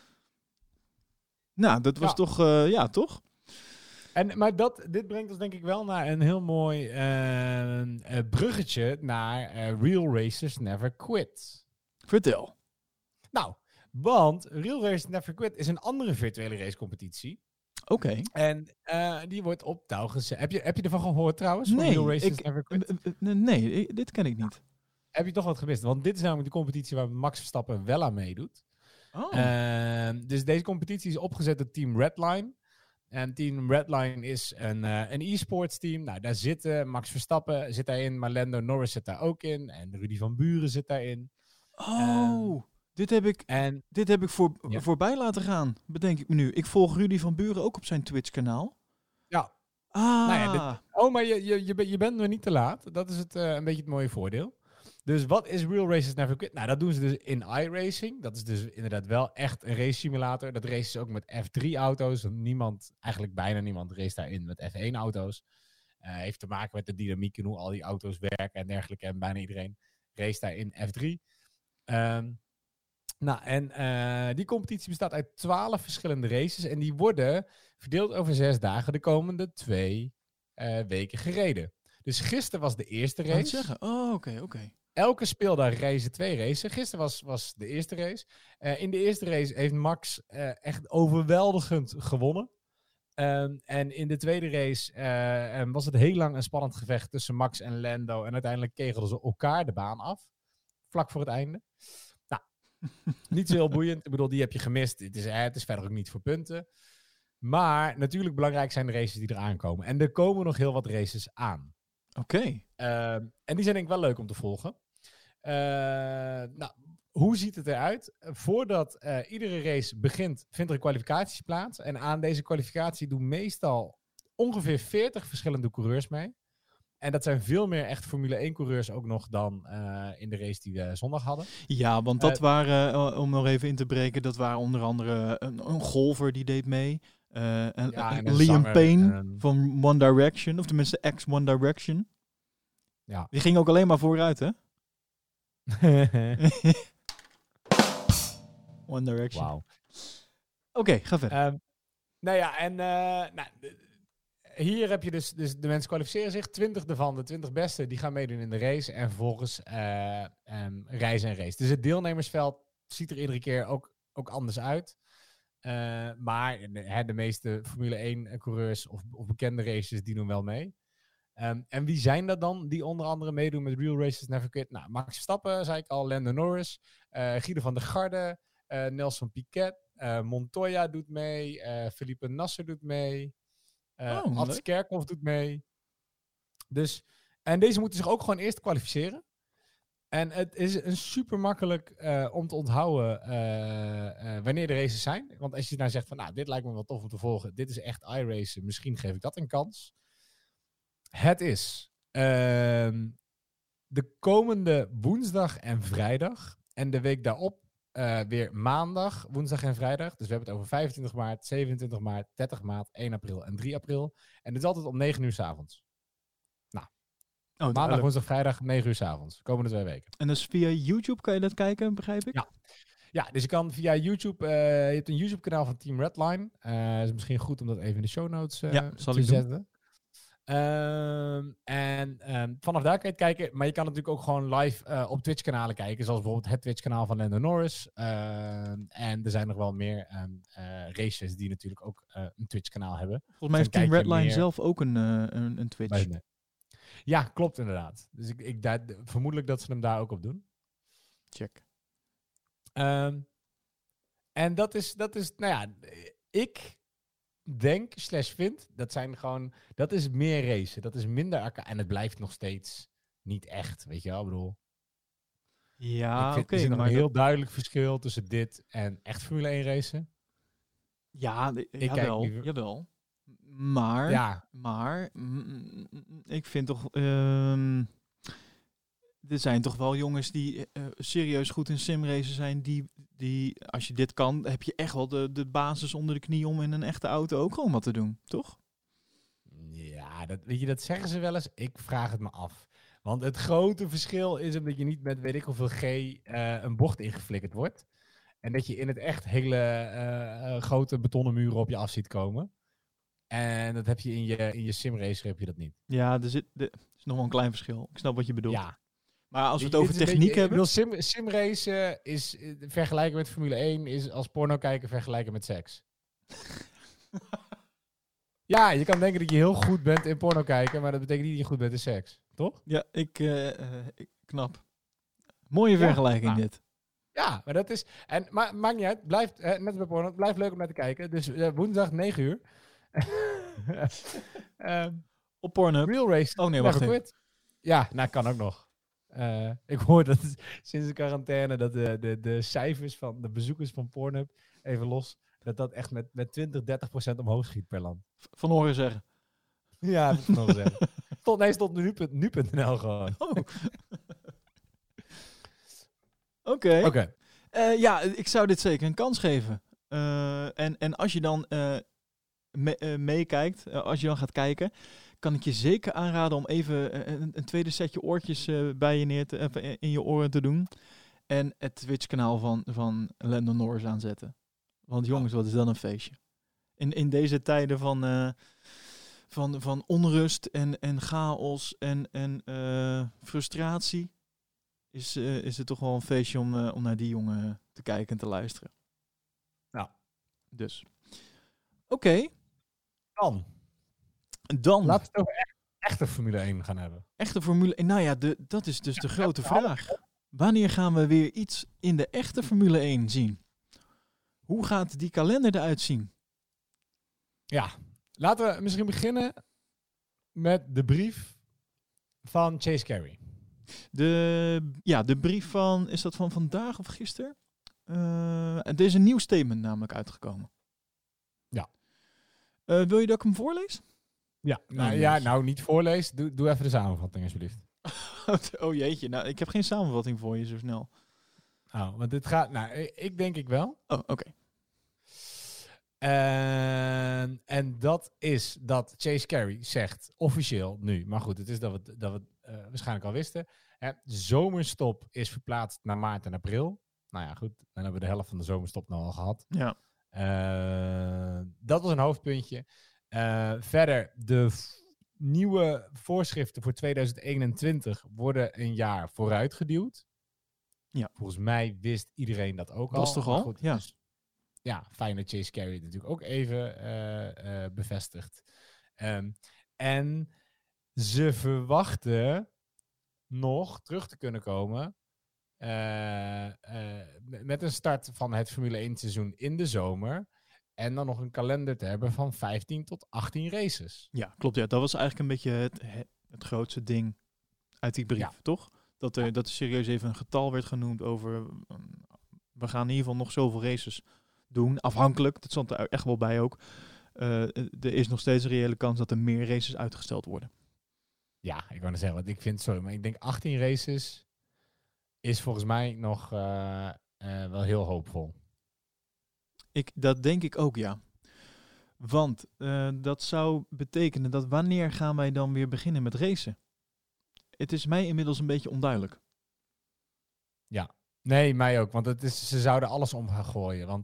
Speaker 1: Nou, dat was toch... toch?
Speaker 2: Maar dit brengt ons denk ik wel naar een heel mooi bruggetje naar Real Racers Never Quit.
Speaker 1: Vertel.
Speaker 2: Nou, want Real Racers Never Quit is een andere virtuele racecompetitie.
Speaker 1: Oké.
Speaker 2: En die wordt op touw gezet. Heb je ervan gehoord trouwens?
Speaker 1: Nee,
Speaker 2: Real Racers Never Quit?
Speaker 1: Nee, dit ken ik niet.
Speaker 2: Heb je toch wat gemist? Want dit is namelijk de competitie waar Max Verstappen wel aan meedoet.
Speaker 1: Oh.
Speaker 2: Dus deze competitie is opgezet door Team Redline. En Team Redline is een e-sports team. Nou, daar zitten Max Verstappen zit daarin, maar Lando Norris zit daar ook in. En Rudy van Buren zit daarin.
Speaker 1: Dit heb ik voorbij laten gaan, bedenk ik me nu. Ik volg Rudy van Buren ook op zijn Twitch-kanaal.
Speaker 2: Ja. Nou ja, maar je bent nog niet te laat. Dat is een beetje het mooie voordeel. Dus wat is Real Racers Never Quit? Nou, dat doen ze dus in iRacing. Dat is dus inderdaad wel echt een race simulator. Dat race ze ook met F3-auto's. Eigenlijk bijna niemand race daarin met F1-auto's. Heeft te maken met de dynamiek en hoe al die auto's werken en dergelijke. En bijna iedereen race daar in F3. Die competitie bestaat uit 12 verschillende races. En die worden verdeeld over 6 dagen de komende 2 weken gereden. Dus gisteren was de eerste race.
Speaker 1: Kan je zeggen? Oh, oké.
Speaker 2: Elke speeldag racen 2 races. Gisteren was de eerste race. In de eerste race heeft Max echt overweldigend gewonnen. En in de tweede race was het heel lang een spannend gevecht tussen Max en Lando. En uiteindelijk kegelden ze elkaar de baan af. Vlak voor het einde. Nou, niet zo heel boeiend. Ik bedoel, die heb je gemist. Het is verder ook niet voor punten. Maar natuurlijk belangrijk zijn de races die eraan komen. En er komen nog heel wat races aan.
Speaker 1: Oké.
Speaker 2: En die zijn denk ik wel leuk om te volgen. Hoe ziet het eruit? Voordat iedere race begint, vindt er een kwalificatie plaats. En aan deze kwalificatie doen meestal ongeveer 40 verschillende coureurs mee. En dat zijn veel meer echt Formule 1 coureurs ook nog dan in de race die we zondag hadden.
Speaker 1: Ja, want dat waren, om nog even in te breken, dat waren onder andere een golfer die deed mee. En Liam Payne van One Direction, of tenminste ex-One Direction.
Speaker 2: Ja.
Speaker 1: Die ging ook alleen maar vooruit, hè? One Direction.
Speaker 2: Wauw.
Speaker 1: Oké, ga verder.
Speaker 2: Hier heb je dus de mensen kwalificeren zich. 20 ervan, de 20 beste, die gaan meedoen in de race. En vervolgens reizen en race. Dus het deelnemersveld ziet er iedere keer ook anders uit. Maar de meeste Formule 1 coureurs of bekende races, die doen wel mee. En wie zijn dat dan die onder andere meedoen met Real Racers Never Quit? Nou, Max Verstappen, zei ik al, Lando Norris, Guido van der Garde, Nelson Piquet, Montoya doet mee, Felipe Nasser doet mee, Mats Kerkhoff doet mee. En deze moeten zich ook gewoon eerst kwalificeren. En het is een super makkelijk om te onthouden wanneer de races zijn. Want als je nou zegt van, nou, dit lijkt me wel tof om te volgen. Dit is echt iRacing. Misschien geef ik dat een kans. Het is de komende woensdag en vrijdag. En de week daarop weer maandag, woensdag en vrijdag. Dus we hebben het over 25 maart, 27 maart, 30 maart, 1 april en 3 april. En dit is altijd om 9 uur 's avonds. Maandag, woensdag, vrijdag, 9 uur 's avonds. Komende 2 weken.
Speaker 1: En dus via YouTube kan je dat kijken, begrijp ik?
Speaker 2: Ja, dus je kan via YouTube... je hebt een YouTube-kanaal van Team Redline. Is misschien goed om dat even in de show notes
Speaker 1: zal
Speaker 2: te
Speaker 1: ik doen.
Speaker 2: zetten. Vanaf daar kan je het kijken. Maar je kan natuurlijk ook gewoon live op Twitch-kanalen kijken. Zoals bijvoorbeeld het Twitch-kanaal van Lando Norris. En er zijn nog wel meer races die natuurlijk ook een Twitch-kanaal hebben.
Speaker 1: Volgens mij heeft
Speaker 2: Dan
Speaker 1: Team
Speaker 2: kijk je
Speaker 1: Redline
Speaker 2: meer
Speaker 1: zelf ook een Twitch.
Speaker 2: Ja, klopt inderdaad. Dus vermoedelijk dat ze hem daar ook op doen.
Speaker 1: Check.
Speaker 2: En dat is, nou ja, ik denk / vind, dat is meer racen. Dat is minder arcade. En het blijft nog steeds niet echt, weet je wel, ik bedoel.
Speaker 1: Ja,
Speaker 2: Er is nog een heel duidelijk verschil tussen dit en echt Formule 1 racen.
Speaker 1: Ja,
Speaker 2: kijk liever...
Speaker 1: jawel. Maar ik vind toch... er zijn toch wel jongens die serieus goed in simracen zijn. Die, als je dit kan, heb je echt wel de basis onder de knie om in een echte auto ook gewoon wat te doen, toch?
Speaker 2: Ja, dat zeggen ze wel eens. Ik vraag het me af. Want het grote verschil is dat je niet met weet ik hoeveel G een bocht ingeflikkerd wordt. En dat je in het echt hele grote betonnen muren op je af ziet komen. En dat heb je in je simracer heb je dat niet.
Speaker 1: Ja, er is nog wel een klein verschil. Ik snap wat je bedoelt.
Speaker 2: Ja.
Speaker 1: Maar als we het over techniek hebben...
Speaker 2: Simracen is vergelijken met Formule 1 is als porno kijken vergelijken met seks. Ja, je kan denken dat je heel goed bent in porno kijken, maar dat betekent niet dat je goed bent in seks. Toch?
Speaker 1: Ja, ik knap. Mooie vergelijking dit.
Speaker 2: Ja, maar dat is... Maar maakt niet uit. Blijft, net als bij porno, het blijft leuk om naar te kijken. Dus woensdag 9 uur.
Speaker 1: Op Pornhub.
Speaker 2: Real Race.
Speaker 1: Oh nee, wacht even.
Speaker 2: Ja, nou kan ook nog. Ik hoor dat sinds de quarantaine dat de cijfers van de bezoekers van Pornhub, even los, dat echt met 20-30% omhoog schiet per land.
Speaker 1: Van horen zeggen.
Speaker 2: Ja, dat van horen zeggen. Stond nu.nl gewoon.
Speaker 1: Oh. Oké. Ja, ik zou dit zeker een kans geven. En als je dan meekijkt, als je dan gaat kijken, kan ik je zeker aanraden om even een tweede setje oortjes bij je in je oren te doen. En het Twitch-kanaal van Lando Norris aanzetten. Want jongens, wat is dan een feestje. In deze tijden van onrust en chaos en frustratie is het toch wel een feestje om naar die jongen te kijken en te luisteren.
Speaker 2: Nou.
Speaker 1: Dus. Oké. Dan.
Speaker 2: Laten we het over echte Formule 1 gaan hebben.
Speaker 1: Echte Formule 1. Nou ja, dat is dus de grote vraag. Wanneer gaan we weer iets in de echte Formule 1 zien? Hoe gaat die kalender eruit zien?
Speaker 2: Ja, laten we misschien beginnen met de brief van Chase Carey.
Speaker 1: De brief van, is dat van vandaag of gisteren? Er is een nieuw statement namelijk uitgekomen.
Speaker 2: Ja.
Speaker 1: Wil je dat ik hem voorlees?
Speaker 2: Ja, nou niet voorlees. Doe even de samenvatting alsjeblieft.
Speaker 1: Oh jeetje, nou ik heb geen samenvatting voor je zo snel.
Speaker 2: Oh, want dit gaat, nou ik denk ik wel.
Speaker 1: Oh, oké.
Speaker 2: En dat is dat Chase Carey zegt, officieel nu, maar goed, het is dat we waarschijnlijk al wisten. De zomerstop is verplaatst naar maart en april. Nou ja, goed, dan hebben we de helft van de zomerstop nou al gehad.
Speaker 1: Ja.
Speaker 2: Dat was een hoofdpuntje. Verder, de nieuwe voorschriften voor 2021 worden een jaar vooruitgeduwd.
Speaker 1: Ja.
Speaker 2: Volgens mij wist iedereen dat ook al.
Speaker 1: Dat is toch al?
Speaker 2: Goed,
Speaker 1: ja.
Speaker 2: Dus, ja, fijn dat Chase Carey het natuurlijk ook even bevestigt. En ze verwachten nog terug te kunnen komen met een start van het Formule 1 seizoen in de zomer. En dan nog een kalender te hebben van 15 tot 18 races.
Speaker 1: Ja, klopt. Ja. Dat was eigenlijk een beetje het grootste ding uit die brief, toch? Dat er serieus even een getal werd genoemd over... we gaan in ieder geval nog zoveel races doen. Afhankelijk, dat stond er echt wel bij ook. Er is nog steeds een reële kans dat er meer races uitgesteld worden.
Speaker 2: Ja, ik wou net zeggen, want ik vind, sorry, maar ik denk 18 races is volgens mij nog wel heel hoopvol.
Speaker 1: Dat denk ik ook, ja. Want dat zou betekenen dat wanneer gaan wij dan weer beginnen met racen? Het is mij inmiddels een beetje onduidelijk.
Speaker 2: Ja, Nee, mij ook. Want ze zouden alles om gaan gooien. Want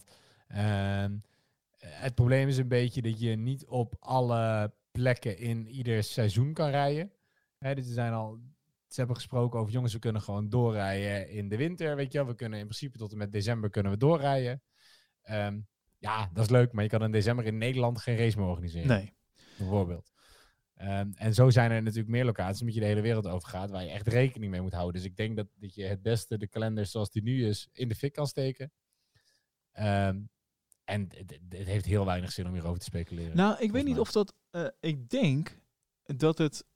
Speaker 2: het probleem is een beetje dat je niet op alle plekken in ieder seizoen kan rijden. Dus ze hebben gesproken over, jongens, we kunnen gewoon doorrijden in de winter, weet je wel. We kunnen in principe tot en met december kunnen we doorrijden. Ja, dat is leuk, maar je kan in december in Nederland geen race meer organiseren.
Speaker 1: Nee.
Speaker 2: Bijvoorbeeld. En zo zijn er natuurlijk meer locaties met je de hele wereld over gaat, waar je echt rekening mee moet houden. Dus ik denk dat je het beste de kalender zoals die nu is in de fik kan steken. En het heeft heel weinig zin om hierover te speculeren.
Speaker 1: Nou, ik weet niet of dat... ik denk dat het...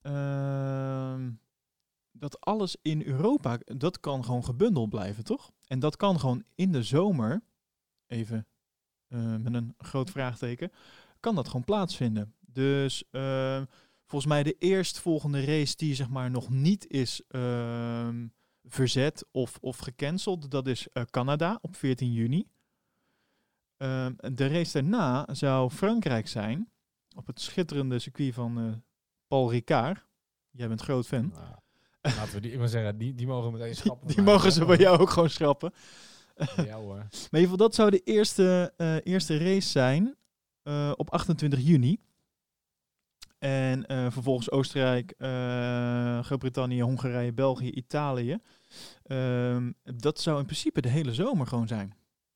Speaker 1: dat alles in Europa, dat kan gewoon gebundeld blijven, toch? En dat kan gewoon in de zomer, even met een groot vraagteken, kan dat gewoon plaatsvinden. Dus volgens mij de eerstvolgende race die zeg maar nog niet is verzet of gecanceld, dat is Canada op 14 juni. De race daarna zou Frankrijk zijn, op het schitterende circuit van Paul Ricard. Jij bent groot fan.
Speaker 2: Nou, laten we die maar zeggen, die mogen meteen schrappen.
Speaker 1: Die mogen ze bij jou ook gewoon schrappen.
Speaker 2: Ja hoor.
Speaker 1: Maar in ieder geval, dat zou de eerste race zijn op 28 juni. En vervolgens Oostenrijk, Groot-Brittannië, Hongarije, België, Italië. Dat zou in principe de hele zomer gewoon zijn.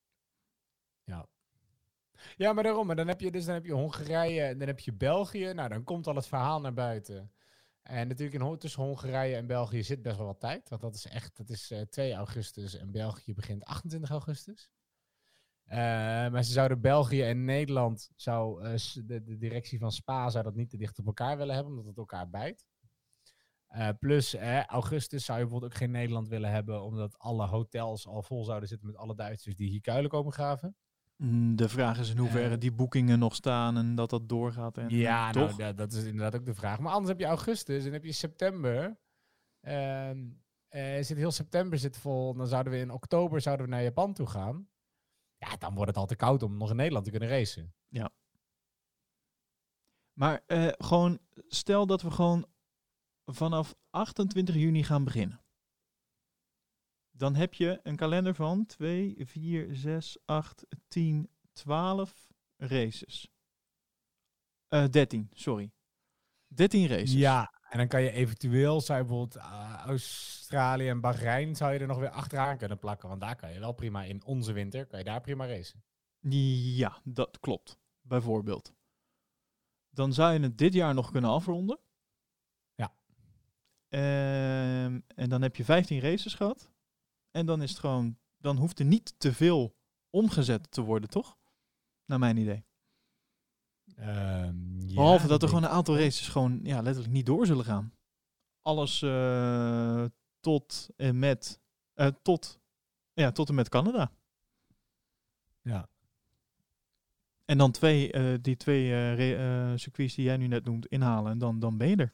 Speaker 2: Ja, maar daarom. Maar dan heb je Hongarije en dan heb je België. Nou, dan komt al het verhaal naar buiten. En natuurlijk tussen Hongarije en België zit best wel wat tijd. Want dat is 2 augustus en België begint 28 augustus. Maar ze zouden België en Nederland, de directie van Spa zou dat niet te dicht op elkaar willen hebben, omdat het elkaar bijt. Plus augustus zou je bijvoorbeeld ook geen Nederland willen hebben, omdat alle hotels al vol zouden zitten met alle Duitsers die hier kuilen komen graven.
Speaker 1: De vraag is in hoeverre die boekingen nog staan en dat doorgaat. En,
Speaker 2: ja,
Speaker 1: toch?
Speaker 2: Nou, dat is inderdaad ook de vraag. Maar anders heb je augustus en heb je september. Heel september zit vol. Dan zouden we in oktober naar Japan toe gaan. Ja, dan wordt het al te koud om nog in Nederland te kunnen racen.
Speaker 1: Ja. Maar gewoon, stel dat we gewoon vanaf 28 juni gaan beginnen. Dan heb je een kalender van 2, 4, 6, 8, 10, 12 races. 13, sorry. 13 races.
Speaker 2: Ja, en dan kan je eventueel, zou je bijvoorbeeld Australië en Bahrein, zou je er nog weer achteraan kunnen plakken. Want daar kan je wel prima, in onze winter, kan je daar prima racen.
Speaker 1: Ja, dat klopt. Bijvoorbeeld. Dan zou je het dit jaar nog kunnen afronden.
Speaker 2: Ja.
Speaker 1: En dan heb je 15 races gehad. En dan is het gewoon, dan hoeft er niet te veel omgezet te worden, toch? Naar mijn idee. Behalve dat er gewoon een aantal races gewoon letterlijk niet door zullen gaan. Alles tot en met Canada.
Speaker 2: Ja.
Speaker 1: En dan die twee circuits die jij nu net noemt inhalen en dan ben je er.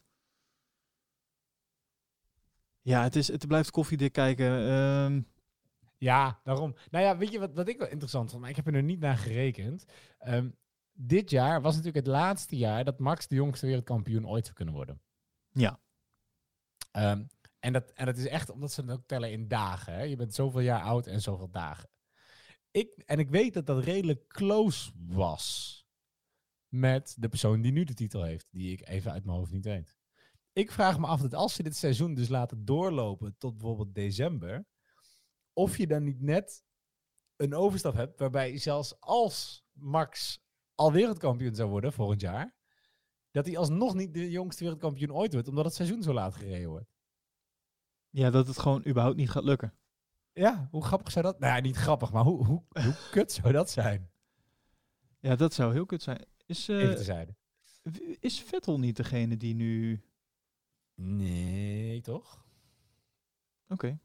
Speaker 1: Ja, het blijft koffiedik kijken.
Speaker 2: Ja, daarom. Nou ja, weet je wat ik wel interessant vond? Maar ik heb er nog niet naar gerekend. Dit jaar was natuurlijk het laatste jaar dat Max de jongste wereldkampioen ooit zou kunnen worden.
Speaker 1: Ja.
Speaker 2: En dat is echt omdat ze het ook tellen in dagen. Hè? Je bent zoveel jaar oud en zoveel dagen. Ik weet dat dat redelijk close was met de persoon die nu de titel heeft. Die ik even uit mijn hoofd niet weet. Ik vraag me af dat als ze dit seizoen dus laten doorlopen tot bijvoorbeeld december, of je dan niet net een overstap hebt waarbij zelfs als Max al wereldkampioen zou worden volgend jaar, dat hij alsnog niet de jongste wereldkampioen ooit wordt, omdat het seizoen zo laat gereden wordt.
Speaker 1: Ja, dat het gewoon überhaupt niet gaat lukken.
Speaker 2: Ja, hoe grappig zou dat... Nou ja, niet grappig, maar hoe kut zou dat zijn?
Speaker 1: Ja, dat zou heel kut zijn.
Speaker 2: Even terzijde.
Speaker 1: Is Vettel niet degene die nu...
Speaker 2: Nee, toch?
Speaker 1: Oké.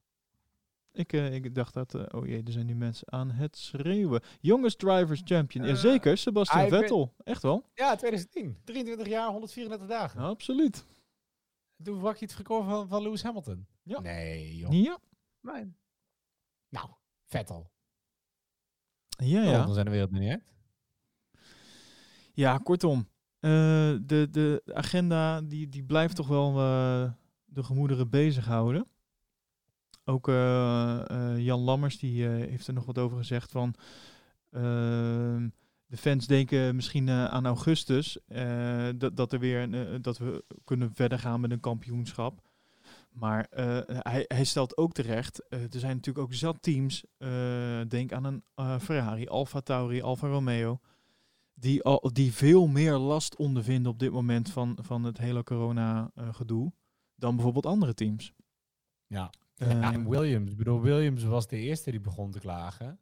Speaker 1: Ik dacht dat... oh jee, er zijn nu mensen aan het schreeuwen. Youngest Drivers Champion. Jazeker, Sebastian Vettel. Echt wel?
Speaker 2: Ja, 2010. 23 jaar, 134 dagen.
Speaker 1: Absoluut.
Speaker 2: Toen brak je het record van Lewis Hamilton.
Speaker 1: Ja.
Speaker 2: Nee, joh.
Speaker 1: Ja.
Speaker 2: Nee. Nou, Vettel.
Speaker 1: Ja.
Speaker 2: Dan zijn de wereld niet uit.
Speaker 1: Ja, kortom. De agenda die blijft toch wel de gemoederen bezighouden. Ook Jan Lammers die heeft er nog wat over gezegd van... de fans denken misschien aan augustus dat we kunnen verder gaan met een kampioenschap. Maar hij stelt ook terecht, er zijn natuurlijk ook zat teams, denk aan een Ferrari, Alfa Tauri, Alfa Romeo, die veel meer last ondervinden op dit moment van het hele corona gedoe dan bijvoorbeeld andere teams.
Speaker 2: Ja. En Williams. Ik bedoel, Williams was de eerste die begon te klagen.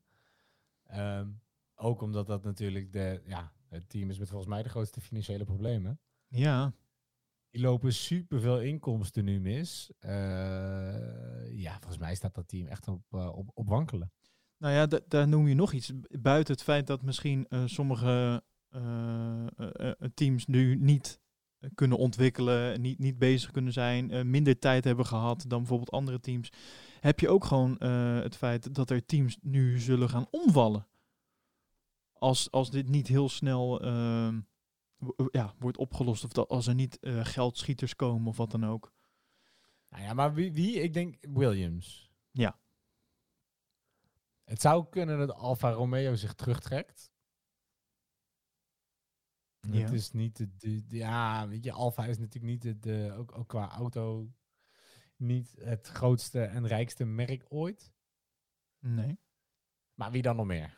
Speaker 2: Ook omdat dat natuurlijk het team is met volgens mij de grootste financiële problemen.
Speaker 1: Ja.
Speaker 2: Die lopen superveel inkomsten nu mis. Volgens mij staat dat team echt op wankelen.
Speaker 1: Nou ja, daar noem je nog iets. Buiten het feit dat misschien sommige teams nu niet kunnen ontwikkelen, niet bezig kunnen zijn, minder tijd hebben gehad dan bijvoorbeeld andere teams, heb je ook gewoon het feit dat er teams nu zullen gaan omvallen. Als dit niet heel snel wordt opgelost, of als er niet geldschieters komen of wat dan ook.
Speaker 2: Nou ja, maar wie? Ik denk Williams.
Speaker 1: Ja.
Speaker 2: Het zou kunnen dat Alfa Romeo zich terugtrekt. Ja. Het is niet weet je, Alfa is natuurlijk niet ook qua auto niet het grootste en rijkste merk ooit.
Speaker 1: Nee.
Speaker 2: Maar wie dan nog meer?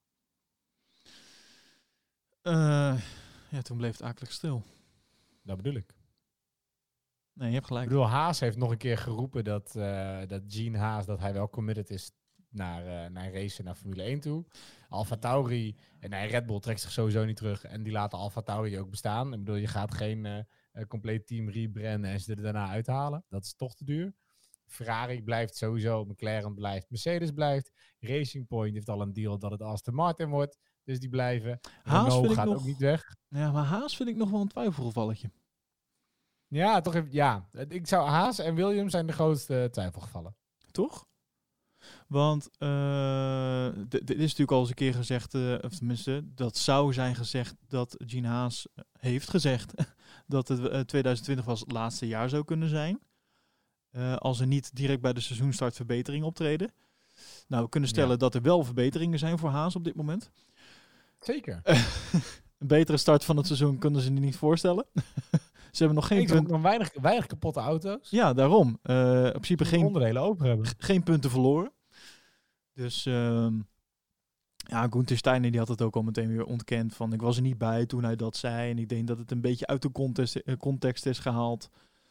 Speaker 1: Toen bleef het akelig stil.
Speaker 2: Dat bedoel ik.
Speaker 1: Nee, je hebt gelijk.
Speaker 2: Ik bedoel, Haas heeft nog een keer geroepen dat Gene Haas, dat hij wel committed is naar racen naar Formule 1 toe. Alfa Tauri en Red Bull trekt zich sowieso niet terug en die laten Alfa Tauri ook bestaan. Ik bedoel, je gaat geen compleet team rebranden en ze er daarna uithalen. Dat is toch te duur. Ferrari blijft sowieso, McLaren blijft, Mercedes blijft. Racing Point heeft al een deal dat het Aston Martin wordt, dus die blijven. Renault gaat ook niet weg.
Speaker 1: Ja, maar Haas vind ik nog wel een twijfelgevalletje.
Speaker 2: Ja, toch even, ja. Ik zou Haas en Williams zijn de grootste twijfelgevallen.
Speaker 1: Toch? Want dit is natuurlijk al eens een keer gezegd, of tenminste, dat zou zijn gezegd dat Gene Haas heeft gezegd dat het 2020 was het laatste jaar zou kunnen zijn. Als er niet direct bij de seizoenstart verbeteringen optreden. Nou, we kunnen stellen dat er wel verbeteringen zijn voor Haas op dit moment.
Speaker 2: Zeker.
Speaker 1: Een betere start van het seizoen kunnen ze niet voorstellen. Ze hebben nog geen punten.
Speaker 2: Weinig kapotte auto's.
Speaker 1: Ja, daarom. In principe geen
Speaker 2: onderdelen open hebben.
Speaker 1: Geen punten verloren. Dus Gunther Steiner die had het ook al meteen weer ontkend. Van ik was er niet bij toen hij dat zei. En ik denk dat het een beetje uit de context is gehaald.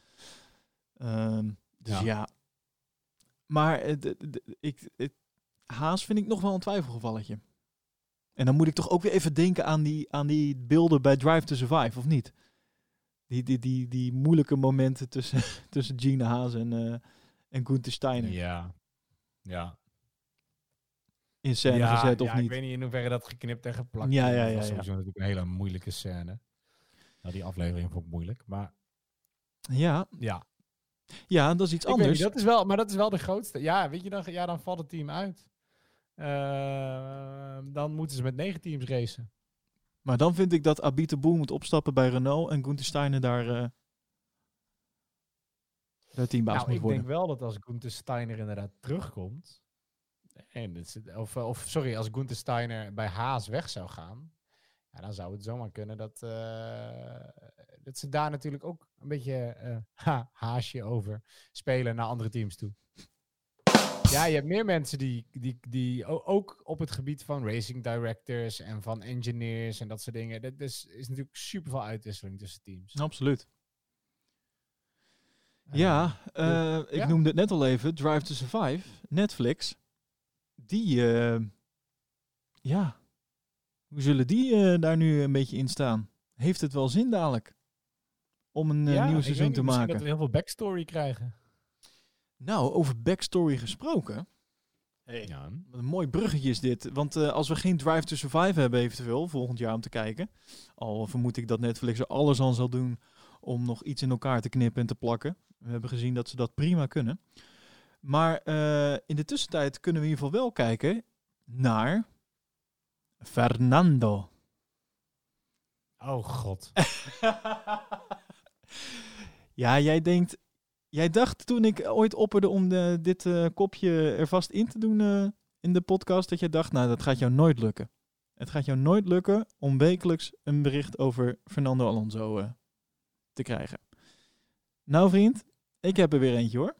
Speaker 1: Maar Haas vind ik nog wel een twijfelgevalletje. En dan moet ik toch ook weer even denken aan die beelden bij Drive to Survive, of niet? Die moeilijke momenten tussen Gene Haas en Gunther Steiner.
Speaker 2: Ja.
Speaker 1: In scène gezet of niet.
Speaker 2: Ik weet niet in hoeverre dat geknipt en geplakt.
Speaker 1: Ja.
Speaker 2: Dat was sowieso natuurlijk een hele moeilijke scène. Nou, die aflevering vond ik moeilijk, maar...
Speaker 1: Ja, dat is iets anders.
Speaker 2: Maar dat is wel de grootste. Ja, weet je, dan valt het team uit. Dan moeten ze met 9 teams racen.
Speaker 1: Maar dan vind ik dat Abite Boel moet opstappen bij Renault en Gunther Steiner daar teambaas moet worden.
Speaker 2: Ik denk wel dat als Gunther Steiner inderdaad terugkomt, als Gunther Steiner bij Haas weg zou gaan, dan zou het zomaar kunnen dat ze daar natuurlijk ook een beetje haasje over spelen naar andere teams toe. Ja, je hebt meer mensen die ook op het gebied van racing directors en van engineers en dat soort dingen. Dat is natuurlijk super veel uitwisseling tussen teams.
Speaker 1: Absoluut. Ik noemde het net al even, Drive to Survive, Netflix. Hoe zullen die daar nu een beetje in staan? Heeft het wel zin dadelijk om een nieuw seizoen te maken?
Speaker 2: Misschien dat we heel veel backstory krijgen.
Speaker 1: Nou, over backstory gesproken. Wat een mooi bruggetje is dit. Want als we geen Drive to Survive hebben eventueel volgend jaar om te kijken. Al vermoed ik dat Netflix er alles aan zal doen om nog iets in elkaar te knippen en te plakken. We hebben gezien dat ze dat prima kunnen. Maar in de tussentijd kunnen we in ieder geval wel kijken naar Fernando.
Speaker 2: Oh god.
Speaker 1: Ja, jij denkt... Jij dacht toen ik ooit opperde om dit kopje er vast in te doen in de podcast, dat jij dacht, nou, dat gaat jou nooit lukken. Het gaat jou nooit lukken om wekelijks een bericht over Fernando Alonso te krijgen. Nou, vriend, ik heb er weer eentje, hoor.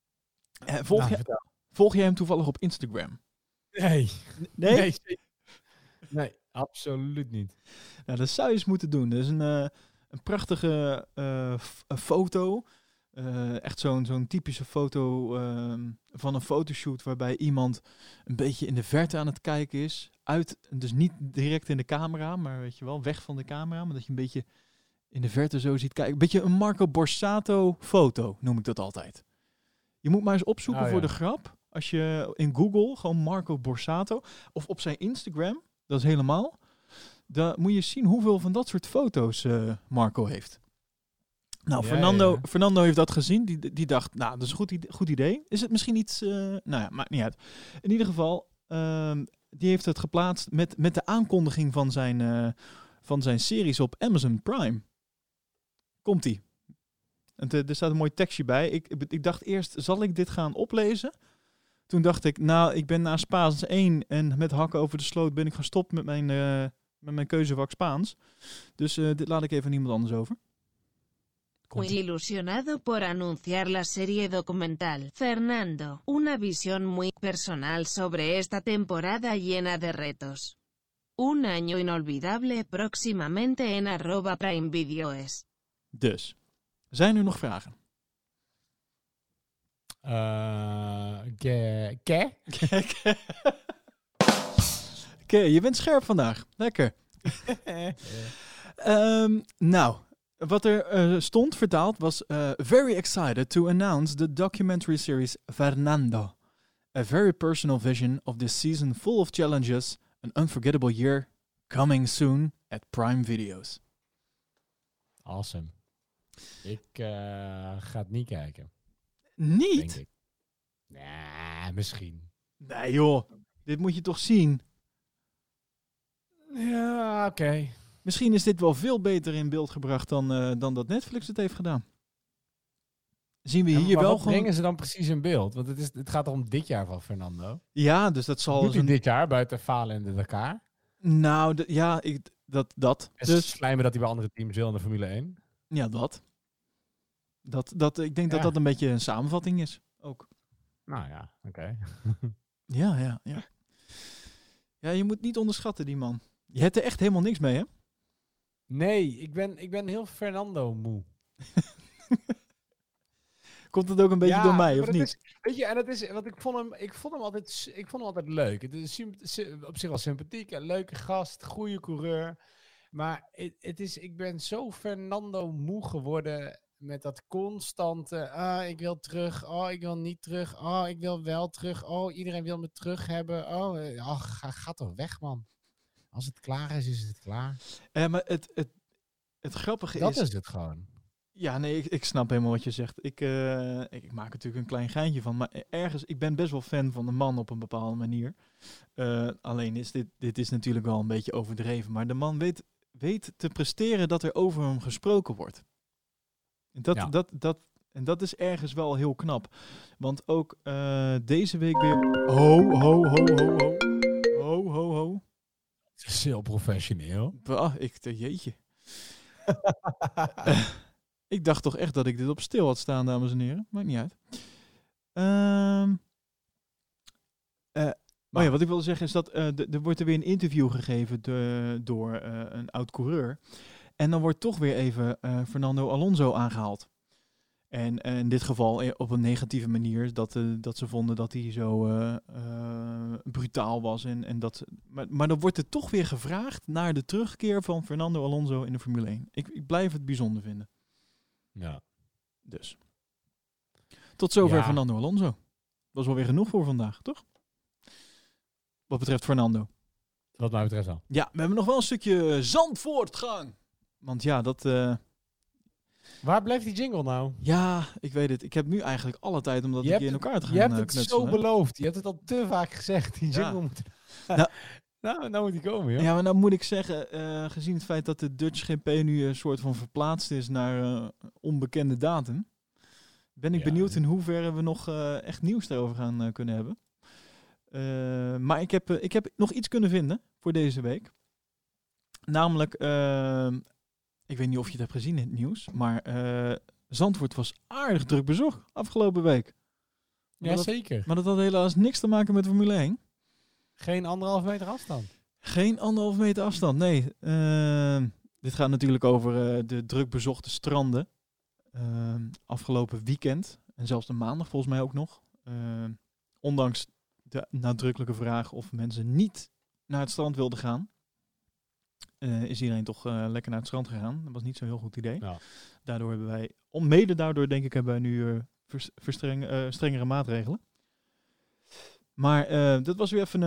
Speaker 1: Volg jij hem toevallig op Instagram?
Speaker 2: Nee.
Speaker 1: Nee?
Speaker 2: Nee, absoluut niet.
Speaker 1: Nou, dat zou je eens moeten doen. Dat is een prachtige foto. Echt zo'n typische foto van een fotoshoot waarbij iemand een beetje in de verte aan het kijken is. Dus niet direct in de camera, maar weet je wel, weg van de camera. Maar dat je een beetje in de verte zo ziet kijken. Een beetje een Marco Borsato foto, noem ik dat altijd. Je moet maar eens opzoeken voor de grap. Als je in Google gewoon Marco Borsato of op zijn Instagram, dat is helemaal. Dan moet je zien hoeveel van dat soort foto's Marco heeft. Nou, Fernando heeft dat gezien. Die dacht, nou, dat is een goed idee. Is het misschien iets... nou ja, maakt niet uit. In ieder geval, die heeft het geplaatst met de aankondiging van zijn series op Amazon Prime. Komt-ie. Er staat een mooi tekstje bij. Ik dacht eerst, zal ik dit gaan oplezen? Toen dacht ik, nou, ik ben na Spaans 1 en met hakken over de sloot ben ik gestopt met mijn keuzevak Spaans. Dus dit laat ik even aan iemand anders over.
Speaker 7: Muy ilusionado por anunciar la serie documental Fernando, una visión muy personal sobre esta temporada llena de retos. Un año inolvidable próximamente en @Prime Videos.
Speaker 1: Dus, zijn er nog vragen? Oké, je bent scherp vandaag. Lekker. Nou, wat er stond vertaald was very excited to announce the documentary series Fernando. A very personal vision of this season full of challenges, an unforgettable year, coming soon at Prime Videos.
Speaker 2: Awesome. Ik ga het niet kijken.
Speaker 1: Niet?
Speaker 2: Denk ik. Nee, misschien.
Speaker 1: Nee joh, dit moet je toch zien?
Speaker 2: Ja, oké.
Speaker 1: Misschien is dit wel veel beter in beeld gebracht dan dat Netflix het heeft gedaan. Zien we hier wel
Speaker 2: wat
Speaker 1: gewoon...
Speaker 2: brengen ze dan precies in beeld? Want het gaat om dit jaar van Fernando.
Speaker 1: Ja, dus dat zal...
Speaker 2: Doet hij dit jaar buiten falen in de Dakar?
Speaker 1: Nou, dat.
Speaker 2: En
Speaker 1: Dus
Speaker 2: slijmen dat hij bij andere teams wil in de Formule 1?
Speaker 1: ja, ik denk dat dat een beetje een samenvatting is ook.
Speaker 2: Nou ja, oké.
Speaker 1: Ja. Ja, je moet niet onderschatten die man. Je hebt er echt helemaal niks mee, hè?
Speaker 2: Nee, ik ben heel Fernando moe.
Speaker 1: Komt het ook een beetje door mij, of niet?
Speaker 2: Weet je, en het is, want ik vond hem altijd leuk. Het is op zich wel sympathiek, een leuke gast, goede coureur. Maar ik ben zo Fernando moe geworden met dat constante, ik wil terug, ik wil niet terug, ik wil wel terug, iedereen wil me terug hebben. Ga toch weg, man. Als het klaar is, is het klaar.
Speaker 1: Maar het grappige
Speaker 2: dat
Speaker 1: is...
Speaker 2: is het gewoon.
Speaker 1: Ja, nee, ik snap helemaal wat je zegt. Ik maak er natuurlijk een klein geintje van. Maar ergens, ik ben best wel fan van de man op een bepaalde manier. Alleen is dit is natuurlijk wel een beetje overdreven. Maar de man weet te presteren dat er over hem gesproken wordt. En dat is ergens wel heel knap. Want ook deze week weer... Ho.
Speaker 2: Het is heel professioneel.
Speaker 1: Jeetje. Ik dacht toch echt dat ik dit op stil had staan, dames en heren. Maakt niet uit. Wat ik wilde zeggen is dat er wordt er weer een interview gegeven door een oud-coureur. En dan wordt toch weer even Fernando Alonso aangehaald. En in dit geval op een negatieve manier, dat ze vonden dat hij zo brutaal was. Maar dan wordt er toch weer gevraagd naar de terugkeer van Fernando Alonso in de Formule 1. Ik blijf het bijzonder vinden.
Speaker 2: Ja.
Speaker 1: Dus. Tot zover Fernando Alonso. Was wel weer genoeg voor vandaag, toch? Wat betreft Fernando.
Speaker 2: Wat mij betreft wel.
Speaker 1: Ja, we hebben nog wel een stukje Zandvoortgang. Want ja, dat...
Speaker 2: Waar blijft die jingle nou?
Speaker 1: Ja, ik weet het. Ik heb nu eigenlijk alle tijd om dat een keer in elkaar te gaan
Speaker 2: knutselen. Je hebt het zo
Speaker 1: hè?
Speaker 2: beloofd. Je hebt het al te vaak gezegd. Die jingle moet... nou moet die komen, joh.
Speaker 1: Ja, maar nou moet ik zeggen, gezien het feit dat de Dutch GP nu een soort van verplaatst is naar onbekende datum, Ben ik benieuwd in hoeverre we nog echt nieuws daarover gaan kunnen hebben. Maar ik heb nog iets kunnen vinden voor deze week. Namelijk, ik weet niet of je het hebt gezien in het nieuws, maar Zandvoort was aardig druk bezocht afgelopen week.
Speaker 2: Ja, zeker.
Speaker 1: Maar dat had helaas niks te maken met Formule 1.
Speaker 2: Geen 1,5 meter afstand.
Speaker 1: Geen 1,5 meter afstand, nee. Dit gaat natuurlijk over de druk bezochte stranden. Afgelopen weekend. En zelfs de maandag volgens mij ook nog. Ondanks de nadrukkelijke vraag of mensen niet naar het strand wilden gaan. Is iedereen toch lekker naar het strand gegaan. Dat was niet zo'n heel goed idee.
Speaker 2: Ja.
Speaker 1: Daardoor hebben wij, mede daardoor denk ik, hebben wij nu strengere maatregelen. Maar dat was weer even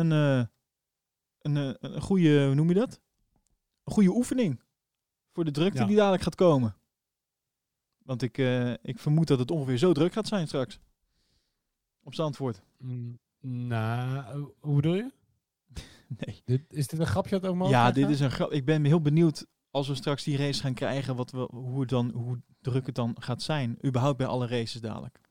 Speaker 1: een goede, hoe noem je dat? Een goede oefening voor de drukte die dadelijk gaat komen. Want ik vermoed dat het ongeveer zo druk gaat zijn straks. Op Zandvoort.
Speaker 2: Nou, hoe bedoel je?
Speaker 1: Nee.
Speaker 2: Is dit een grapje dat ook mogelijk
Speaker 1: Ja, dit is een grap. Ik ben heel benieuwd als we straks die race gaan krijgen, hoe druk het dan gaat zijn. Überhaupt bij alle races dadelijk.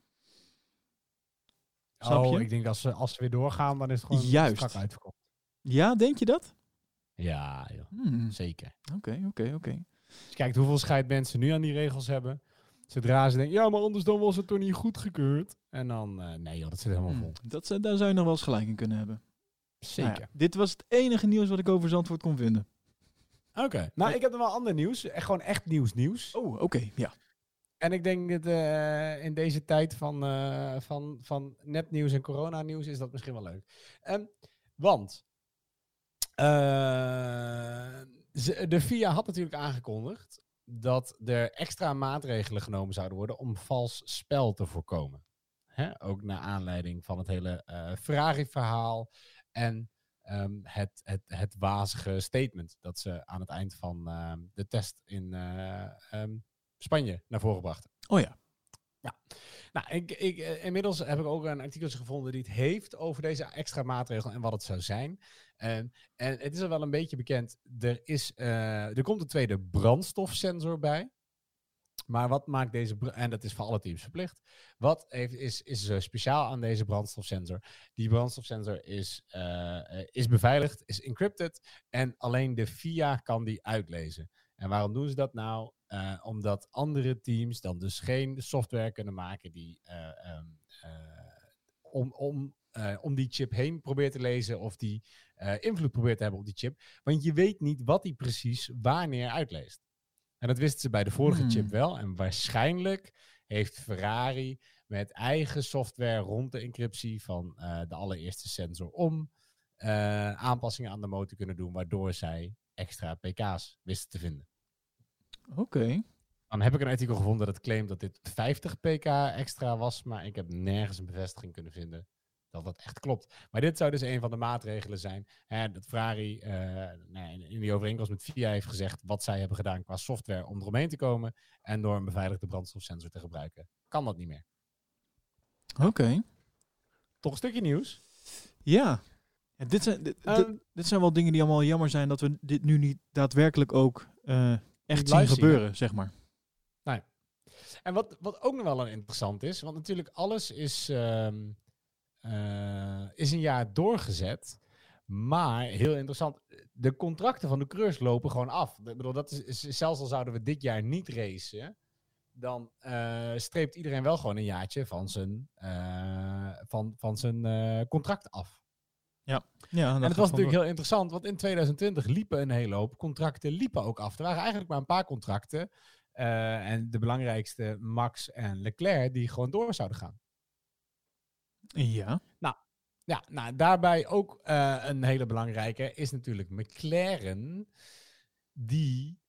Speaker 1: Snap je?
Speaker 2: Ik denk als ze weer doorgaan, dan is het gewoon strak uitverkocht.
Speaker 1: Ja, denk je dat?
Speaker 2: Ja, joh. Zeker.
Speaker 1: Oké.
Speaker 2: Als je kijkt hoeveel scheid mensen nu aan die regels hebben. Zodra ze denken, ja, maar anders dan was het toch niet goedgekeurd. En dan, nee joh, dat zit helemaal vol.
Speaker 1: Daar zou je nog wel eens gelijk in kunnen hebben.
Speaker 2: Zeker.
Speaker 1: Nou ja, dit was het enige nieuws wat ik over Zandvoort kon vinden.
Speaker 2: Oké. Nou, ik heb nog wel ander nieuws. Gewoon echt nieuws.
Speaker 1: Oh, oké. Ja.
Speaker 2: En ik denk dat in deze tijd van nepnieuws en coronanieuws is dat misschien wel leuk. Want de FIA had natuurlijk aangekondigd dat er extra maatregelen genomen zouden worden om vals spel te voorkomen. Ook naar aanleiding van het hele Ferrari-verhaal en het wazige statement dat ze aan het eind van de test in Spanje naar voren brachten.
Speaker 1: Oh ja.
Speaker 2: Ja. Nou, inmiddels heb ik ook een artikel gevonden die het heeft over deze extra maatregel en wat het zou zijn. En het is al wel een beetje bekend. Er komt een tweede brandstofsensor bij. Maar wat maakt deze... En dat is voor alle teams verplicht. Wat is speciaal aan deze brandstofsensor? Die brandstofsensor is beveiligd, is encrypted. En alleen de FIA kan die uitlezen. En waarom doen ze dat nou? Omdat andere teams dan dus geen software kunnen maken die om die chip heen probeert te lezen of die invloed probeert te hebben op die chip. Want je weet niet wat die precies wanneer uitleest. En dat wisten ze bij de vorige chip wel. En waarschijnlijk heeft Ferrari met eigen software rond de encryptie van de allereerste sensor aanpassingen aan de motor kunnen doen, waardoor zij extra pk's wisten te vinden.
Speaker 1: Oké.
Speaker 2: Dan heb ik een artikel gevonden dat claimt dat dit 50 pk extra was, maar ik heb nergens een bevestiging kunnen vinden dat dat echt klopt. Maar dit zou dus een van de maatregelen zijn. Dat Ferrari in die overeenkomst met FIA heeft gezegd wat zij hebben gedaan qua software om eromheen te komen en door een beveiligde brandstofsensor te gebruiken. Kan dat niet meer.
Speaker 1: Oké.
Speaker 2: Toch een stukje nieuws.
Speaker 1: Ja. Dit zijn wel dingen die allemaal jammer zijn dat we dit nu niet daadwerkelijk ook echt zien gebeuren, zeg maar.
Speaker 2: Nee. En wat ook nog wel interessant is, want natuurlijk alles is een jaar doorgezet. Maar heel interessant, de contracten van de coureurs lopen gewoon af. Ik bedoel, dat is, zelfs al zouden we dit jaar niet racen, dan streept iedereen wel gewoon een jaartje van zijn contract af.
Speaker 1: Ja,
Speaker 2: en het was natuurlijk heel interessant, want in 2020 liepen een hele hoop contracten ook af. Er waren eigenlijk maar een paar contracten. En de belangrijkste, Max en Leclerc, die gewoon door zouden gaan.
Speaker 1: Ja.
Speaker 2: Nou, daarbij ook een hele belangrijke is natuurlijk McLaren, die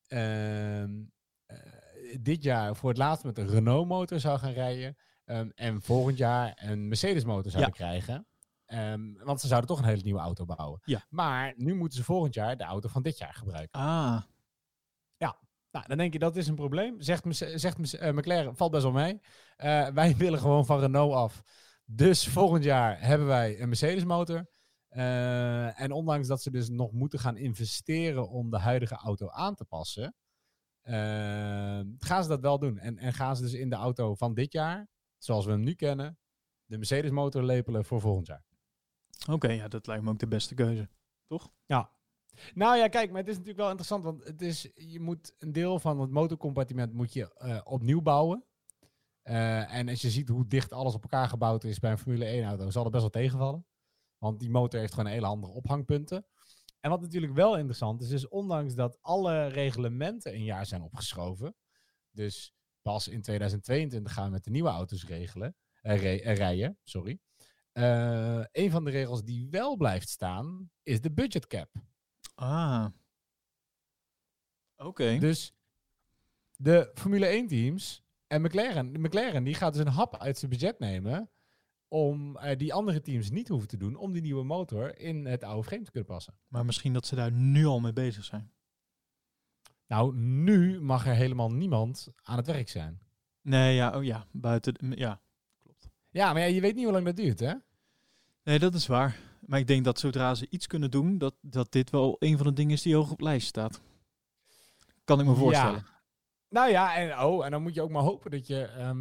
Speaker 2: dit jaar voor het laatst met een Renault-motor zou gaan rijden. En volgend jaar een Mercedes-motor zouden krijgen. Want ze zouden toch een hele nieuwe auto bouwen.
Speaker 1: Ja.
Speaker 2: Maar nu moeten ze volgend jaar de auto van dit jaar gebruiken.
Speaker 1: Ah.
Speaker 2: Ja, nou, dan denk je dat is een probleem. Zegt McLaren, valt best wel mee. Wij willen gewoon van Renault af. Dus volgend jaar hebben wij een Mercedes motor. En ondanks dat ze dus nog moeten gaan investeren om de huidige auto aan te passen, gaan ze dat wel doen. En gaan ze dus in de auto van dit jaar zoals we hem nu kennen, de Mercedes motor lepelen voor volgend jaar.
Speaker 1: Oké, ja, dat lijkt me ook de beste keuze.
Speaker 2: Ja. Nou ja, kijk, maar het is natuurlijk wel interessant, want je moet een deel van het motorcompartiment moet je opnieuw bouwen. En als je ziet hoe dicht alles op elkaar gebouwd is bij een Formule 1 auto, zal het best wel tegenvallen. Want die motor heeft gewoon hele andere ophangpunten. En wat natuurlijk wel interessant is ondanks dat alle reglementen een jaar zijn opgeschoven, dus pas in 2022 gaan we met de nieuwe auto's rijden. Sorry. Een van de regels die wel blijft staan, is de budget cap.
Speaker 1: Ah. Oké.
Speaker 2: Dus de Formule 1 teams en McLaren die gaat dus een hap uit zijn budget nemen om die andere teams niet hoeven te doen om die nieuwe motor in het oude frame te kunnen passen.
Speaker 1: Maar misschien dat ze daar nu al mee bezig zijn.
Speaker 2: Nou, nu mag er helemaal niemand aan het werk zijn.
Speaker 1: Nee, ja, oh ja, buiten, ja, klopt.
Speaker 2: Ja, maar je weet niet hoe lang dat duurt, hè?
Speaker 1: Nee, dat is waar. Maar ik denk dat zodra ze iets kunnen doen, dat dit wel een van de dingen is die hoog op lijst staat. Kan ik me voorstellen.
Speaker 2: Ja. Nou ja, en dan moet je ook maar hopen dat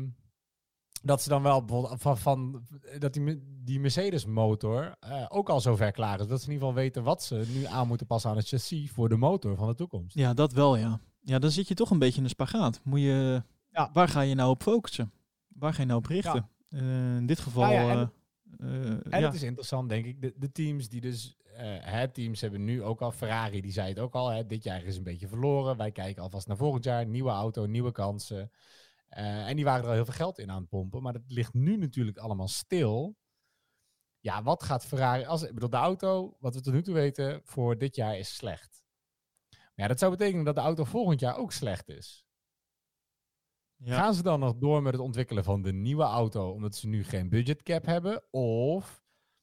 Speaker 2: dat ze dan wel bijvoorbeeld dat die Mercedes motor ook al zover klaar is. Dat ze in ieder geval weten wat ze nu aan moeten passen aan het chassis voor de motor van de toekomst.
Speaker 1: Ja, dat wel, ja. Ja, dan zit je toch een beetje in een spagaat. Waar ga je nou op focussen? Waar ga je nou op richten? Ja. In dit geval...
Speaker 2: Het is interessant, denk ik. De teams die dus... teams hebben nu ook al... Ferrari, die zei het ook al. Dit jaar is een beetje verloren. Wij kijken alvast naar volgend jaar. Nieuwe auto, nieuwe kansen. En die waren er al heel veel geld in aan het pompen. Maar dat ligt nu natuurlijk allemaal stil. Ja, wat gaat Ferrari... Ik bedoel, de auto, wat we tot nu toe weten, voor dit jaar is slecht. Maar ja, dat zou betekenen dat de auto volgend jaar ook slecht is. Ja. Gaan ze dan nog door met het ontwikkelen van de nieuwe auto, omdat ze nu geen budgetcap hebben? Of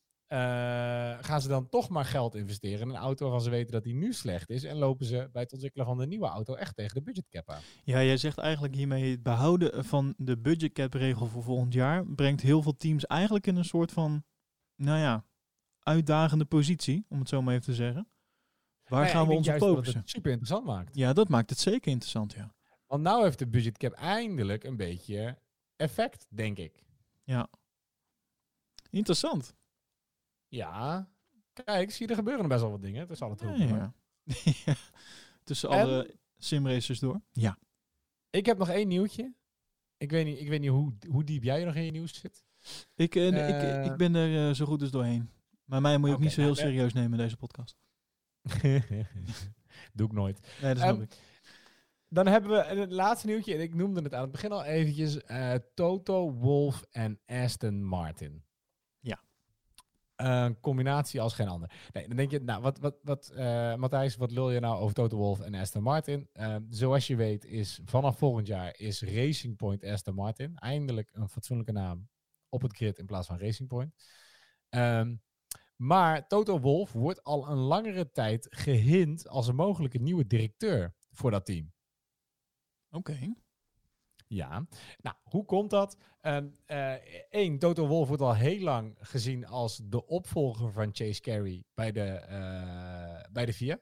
Speaker 2: gaan ze dan toch maar geld investeren in een auto waarvan ze weten dat die nu slecht is en lopen ze bij het ontwikkelen van de nieuwe auto echt tegen de budgetcap aan?
Speaker 1: Ja, jij zegt eigenlijk hiermee het behouden van de budgetcap-regel voor volgend jaar brengt heel veel teams eigenlijk in een soort van, uitdagende positie, om het zo maar even te zeggen. Waar gaan we ons op focussen?
Speaker 2: Dat het super interessant maakt.
Speaker 1: Ja, dat maakt het zeker interessant, ja.
Speaker 2: Want nou heeft de budgetcap eindelijk een beetje effect, denk ik.
Speaker 1: Ja. Interessant.
Speaker 2: Ja. Kijk, zie je, er gebeuren best wel wat dingen. Tussen alle troepen.
Speaker 1: Ja. Tussen alle simracers door. Ja.
Speaker 2: Ik heb nog één nieuwtje. Ik weet niet hoe diep jij nog in je nieuws zit.
Speaker 1: Ik ben er zo goed als doorheen. Maar mij moet je ook niet zo heel serieus nemen in deze podcast.
Speaker 2: Doe ik nooit.
Speaker 1: Nee, dat snap ik.
Speaker 2: Dan hebben we het laatste nieuwtje. En ik noemde het aan het begin al eventjes. Toto Wolff en Aston Martin.
Speaker 1: Ja.
Speaker 2: Een combinatie als geen ander. Nee, dan denk je, nou, Matthijs, wat lul je nou over Toto Wolff en Aston Martin? Zoals je weet is vanaf volgend jaar is Racing Point Aston Martin. Eindelijk een fatsoenlijke naam op het grid in plaats van Racing Point. Maar Toto Wolff wordt al een langere tijd gehint als een mogelijke nieuwe directeur voor dat team.
Speaker 1: Oké.
Speaker 2: Ja. Nou, hoe komt dat? Toto Wolff wordt al heel lang gezien als de opvolger van Chase Carey bij de FIA.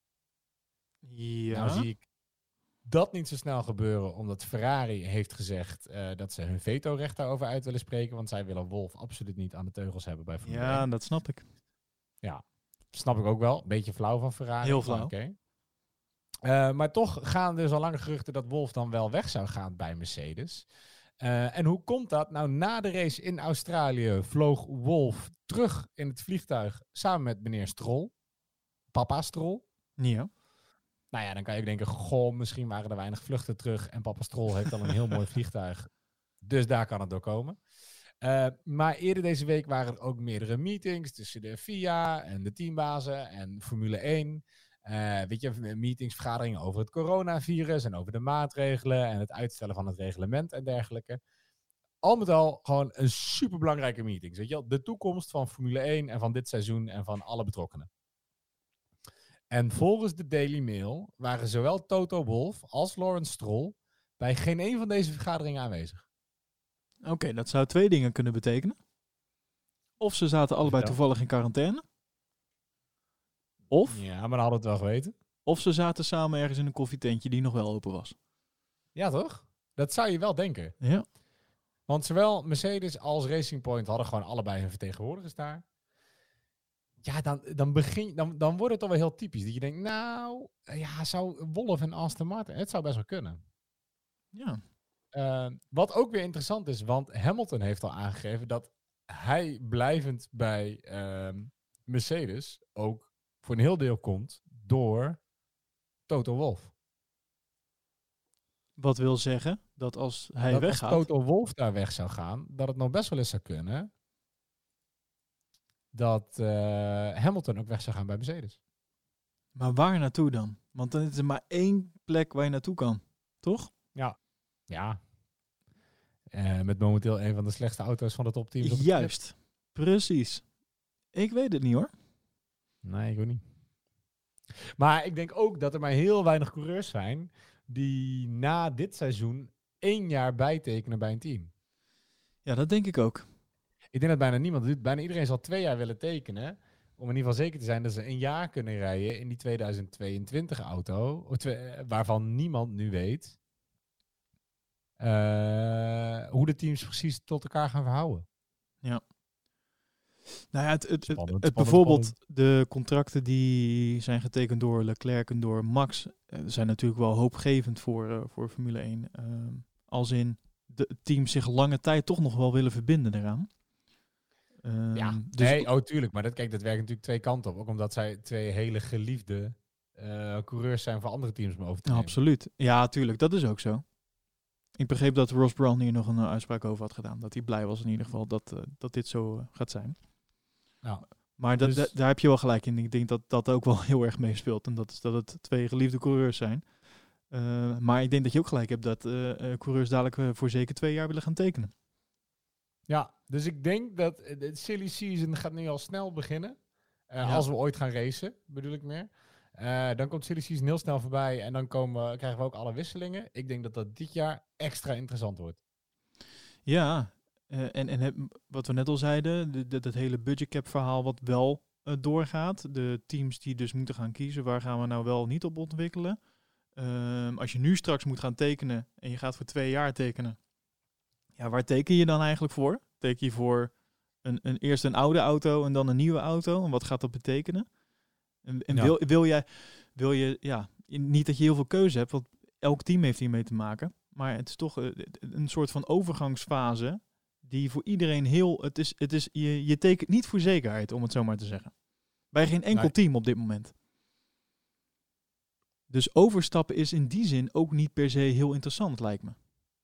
Speaker 1: Ja.
Speaker 2: Nou zie ik dat niet zo snel gebeuren, omdat Ferrari heeft gezegd dat ze hun vetorecht daarover uit willen spreken, want zij willen Wolff absoluut niet aan de teugels hebben bij Formule 1.
Speaker 1: Ja, dat snap ik.
Speaker 2: Ja, snap ik ook wel. Een beetje flauw van Ferrari.
Speaker 1: Heel flauw.
Speaker 2: Okay. Maar toch gaan er dus al lange geruchten dat Wolff dan wel weg zou gaan bij Mercedes. En hoe komt dat? Nou, na de race in Australië vloog Wolff terug in het vliegtuig samen met meneer Stroll. Papa Stroll.
Speaker 1: Ja.
Speaker 2: Nou ja, dan kan je ook denken, goh, misschien waren er weinig vluchten terug en papa Stroll heeft al een heel mooi vliegtuig. Dus daar kan het door komen. Maar eerder deze week waren er ook meerdere meetings tussen de FIA en de teambazen en Formule 1. Meetings, vergaderingen over het coronavirus en over de maatregelen en het uitstellen van het reglement en dergelijke. Al met al gewoon een superbelangrijke meeting. Weet je wel? De toekomst van Formule 1 en van dit seizoen en van alle betrokkenen. En volgens de Daily Mail waren zowel Toto Wolff als Lawrence Stroll bij geen een van deze vergaderingen aanwezig.
Speaker 1: Oké, dat zou twee dingen kunnen betekenen. Of ze zaten allebei toevallig in quarantaine. Of...
Speaker 2: Ja, maar dan hadden we het wel geweten.
Speaker 1: Of ze zaten samen ergens in een koffietentje die nog wel open was.
Speaker 2: Ja, toch? Dat zou je wel denken.
Speaker 1: Ja.
Speaker 2: Want zowel Mercedes als Racing Point hadden gewoon allebei hun vertegenwoordigers daar. Ja, dan wordt het toch wel heel typisch. Dat je denkt, nou, ja, zou Wolff en Aston Martin, het zou best wel kunnen.
Speaker 1: Ja.
Speaker 2: Wat ook weer interessant is, want Hamilton heeft al aangegeven dat hij blijvend bij Mercedes ook voor een heel deel komt door Toto Wolff.
Speaker 1: Wat wil zeggen dat als hij weggaat...
Speaker 2: Als Toto Wolff daar weg zou gaan, dat het nog best wel eens zou kunnen dat Hamilton ook weg zou gaan bij Mercedes.
Speaker 1: Maar waar naartoe dan? Want dan is er maar één plek waar je naartoe kan, toch?
Speaker 2: Ja. Met momenteel een van de slechtste auto's van de topteams. Op
Speaker 1: Juist, precies. Ik weet het niet hoor.
Speaker 2: Nee, ik ook niet. Maar ik denk ook dat er maar heel weinig coureurs zijn die na dit seizoen 1 jaar bijtekenen bij een team.
Speaker 1: Ja, dat denk ik ook.
Speaker 2: Ik denk dat bijna niemand doet. Bijna iedereen zal 2 jaar willen tekenen. Om in ieder geval zeker te zijn dat ze 1 jaar kunnen rijden in die 2022 auto. Waarvan niemand nu weet hoe de teams precies tot elkaar gaan verhouden.
Speaker 1: Ja. Nou ja,
Speaker 2: Spannend.
Speaker 1: bijvoorbeeld de contracten die zijn getekend door Leclerc en door Max zijn natuurlijk wel hoopgevend voor Formule 1. Als in de teams zich lange tijd toch nog wel willen verbinden eraan.
Speaker 2: Tuurlijk. Maar dat werkt natuurlijk 2 kanten op. Ook omdat zij 2 hele geliefde coureurs zijn voor andere teams om over te nemen.
Speaker 1: Absoluut. Ja, tuurlijk. Dat is ook zo. Ik begreep dat Ross Brown hier nog een uitspraak over had gedaan. Dat hij blij was in ieder geval dat dit zo gaat zijn.
Speaker 2: Ja.
Speaker 1: Maar daar heb je wel gelijk in. Ik denk dat dat ook wel heel erg meespeelt. En dat is dat het 2 geliefde coureurs zijn. Maar ik denk dat je ook gelijk hebt dat coureurs dadelijk voor zeker 2 jaar willen gaan tekenen.
Speaker 2: Ja, dus ik denk dat de silly season gaat nu al snel beginnen. Als we ooit gaan racen, bedoel ik meer. Dan komt silly season heel snel voorbij en dan krijgen we ook alle wisselingen. Ik denk dat dat dit jaar extra interessant wordt.
Speaker 1: Ja, en wat we net al zeiden, dat hele budgetcap verhaal wat wel doorgaat. De teams die dus moeten gaan kiezen, waar gaan we nou wel niet op ontwikkelen. Als je nu straks moet gaan tekenen en je gaat voor 2 jaar tekenen. Ja, waar teken je dan eigenlijk voor? Teken je voor eerst een oude auto en dan een nieuwe auto? En wat gaat dat betekenen? Wil je niet dat je heel veel keuze hebt, want elk team heeft hiermee te maken. Maar het is toch een soort van overgangsfase die voor iedereen je tekent niet voor zekerheid, om het zo maar te zeggen. Bij geen enkel team op dit moment. Dus overstappen is in die zin ook niet per se heel interessant, lijkt me.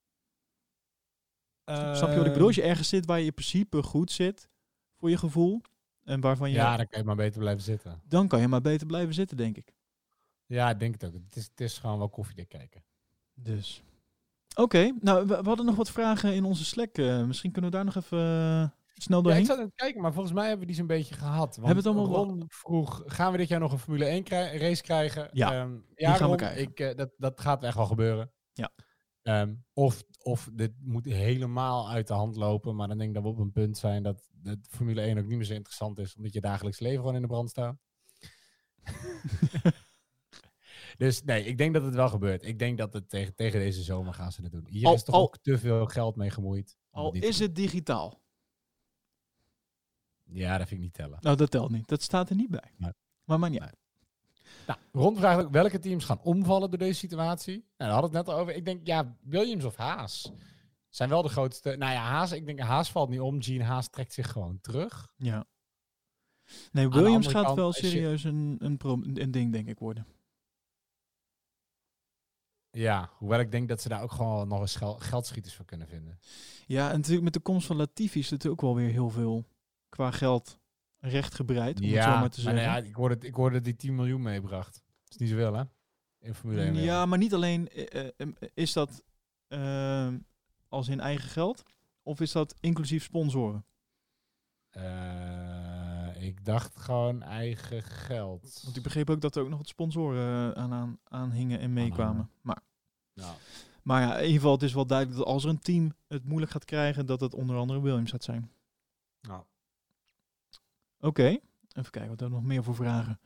Speaker 1: Snap je wat ik bedoel? Als je ergens zit waar je in principe goed zit, voor je gevoel, en waarvan je...
Speaker 2: Ja, dan kan je maar beter blijven zitten.
Speaker 1: Dan kan je maar beter blijven zitten, denk ik.
Speaker 2: Ja, ik denk het ook. Het is gewoon wel koffiedik kijken.
Speaker 1: Dus. Oké, nou, we hadden nog wat vragen in onze Slack. Misschien kunnen we daar nog even snel doorheen.
Speaker 2: Ja, ik zat aan het kijken, maar volgens mij hebben we die zo'n beetje gehad. Want
Speaker 1: hebben het allemaal
Speaker 2: Ron vroeg, gaan we dit jaar nog een Formule 1 race krijgen?
Speaker 1: Ja, die gaan we krijgen.
Speaker 2: Dat gaat echt wel gebeuren.
Speaker 1: Ja.
Speaker 2: Of dit moet helemaal uit de hand lopen, maar dan denk ik dat we op een punt zijn dat de Formule 1 ook niet meer zo interessant is, omdat je dagelijks leven gewoon in de brand staat. Dus nee, ik denk dat het wel gebeurt. Ik denk dat het tegen deze zomer gaan ze het doen. Hier is toch ook te veel geld mee gemoeid.
Speaker 1: Al is het digitaal.
Speaker 2: Ja, dat vind ik niet tellen.
Speaker 1: Nou, dat telt niet. Dat staat er niet bij.
Speaker 2: Nee.
Speaker 1: Maar niet uit.
Speaker 2: Nou, Ron vraagt ook welke teams gaan omvallen door deze situatie. Nou, daar hadden we het net al over. Ik denk, ja, Williams of Haas zijn wel de grootste. Nou ja, Haas, ik denk Haas valt niet om. Gene Haas trekt zich gewoon terug.
Speaker 1: Ja. Nee, Williams gaat wel serieus een ding, denk ik, worden.
Speaker 2: Ja, hoewel ik denk dat ze daar ook gewoon nog eens geldschieters voor kunnen vinden.
Speaker 1: Ja, en natuurlijk met de komst van Latifi is het ook wel weer heel veel qua geld rechtgebreid, om het zo maar te zeggen.
Speaker 2: Ja, ik hoorde die 10 miljoen meebracht. Dat is niet zoveel, hè? In Formule 1.
Speaker 1: Ja, maar niet alleen is dat als in eigen geld, of is dat inclusief sponsoren?
Speaker 2: Ik dacht gewoon eigen geld.
Speaker 1: Want ik begreep ook dat er ook nog wat sponsoren aan hingen en meekwamen. Maar ja, in ieder geval, het is wel duidelijk dat als er een team het moeilijk gaat krijgen, dat het onder andere Williams gaat zijn.
Speaker 2: Nou.
Speaker 1: Oké, even kijken, wat hebben we nog meer voor vragen?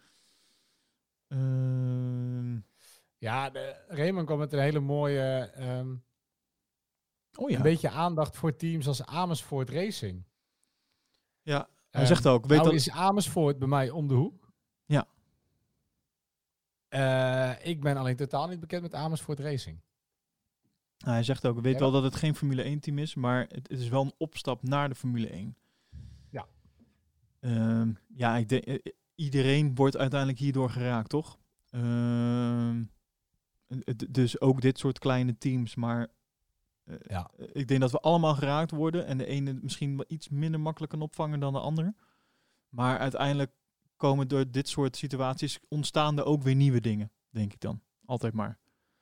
Speaker 2: Ja, Raymond kwam met een hele mooie...
Speaker 1: Oh ja.
Speaker 2: Een beetje aandacht voor teams als Amersfoort Racing.
Speaker 1: Ja, hij zegt ook. Weet
Speaker 2: nou
Speaker 1: dat...
Speaker 2: is Amersfoort bij mij om de hoek.
Speaker 1: Ja.
Speaker 2: Ik ben alleen totaal niet bekend met Amersfoort Racing.
Speaker 1: Nou, hij zegt ook, weet wel dat het geen Formule 1 team is, maar het is wel een opstap naar de Formule 1.
Speaker 2: Ja.
Speaker 1: Ja, ik denk, iedereen wordt uiteindelijk hierdoor geraakt, toch? Dus ook dit soort kleine teams, maar ik denk dat we allemaal geraakt worden en de ene misschien wel iets minder makkelijk kan opvangen dan de ander. Maar uiteindelijk komen door dit soort situaties ontstaan er ook weer nieuwe dingen, denk ik dan. Altijd maar.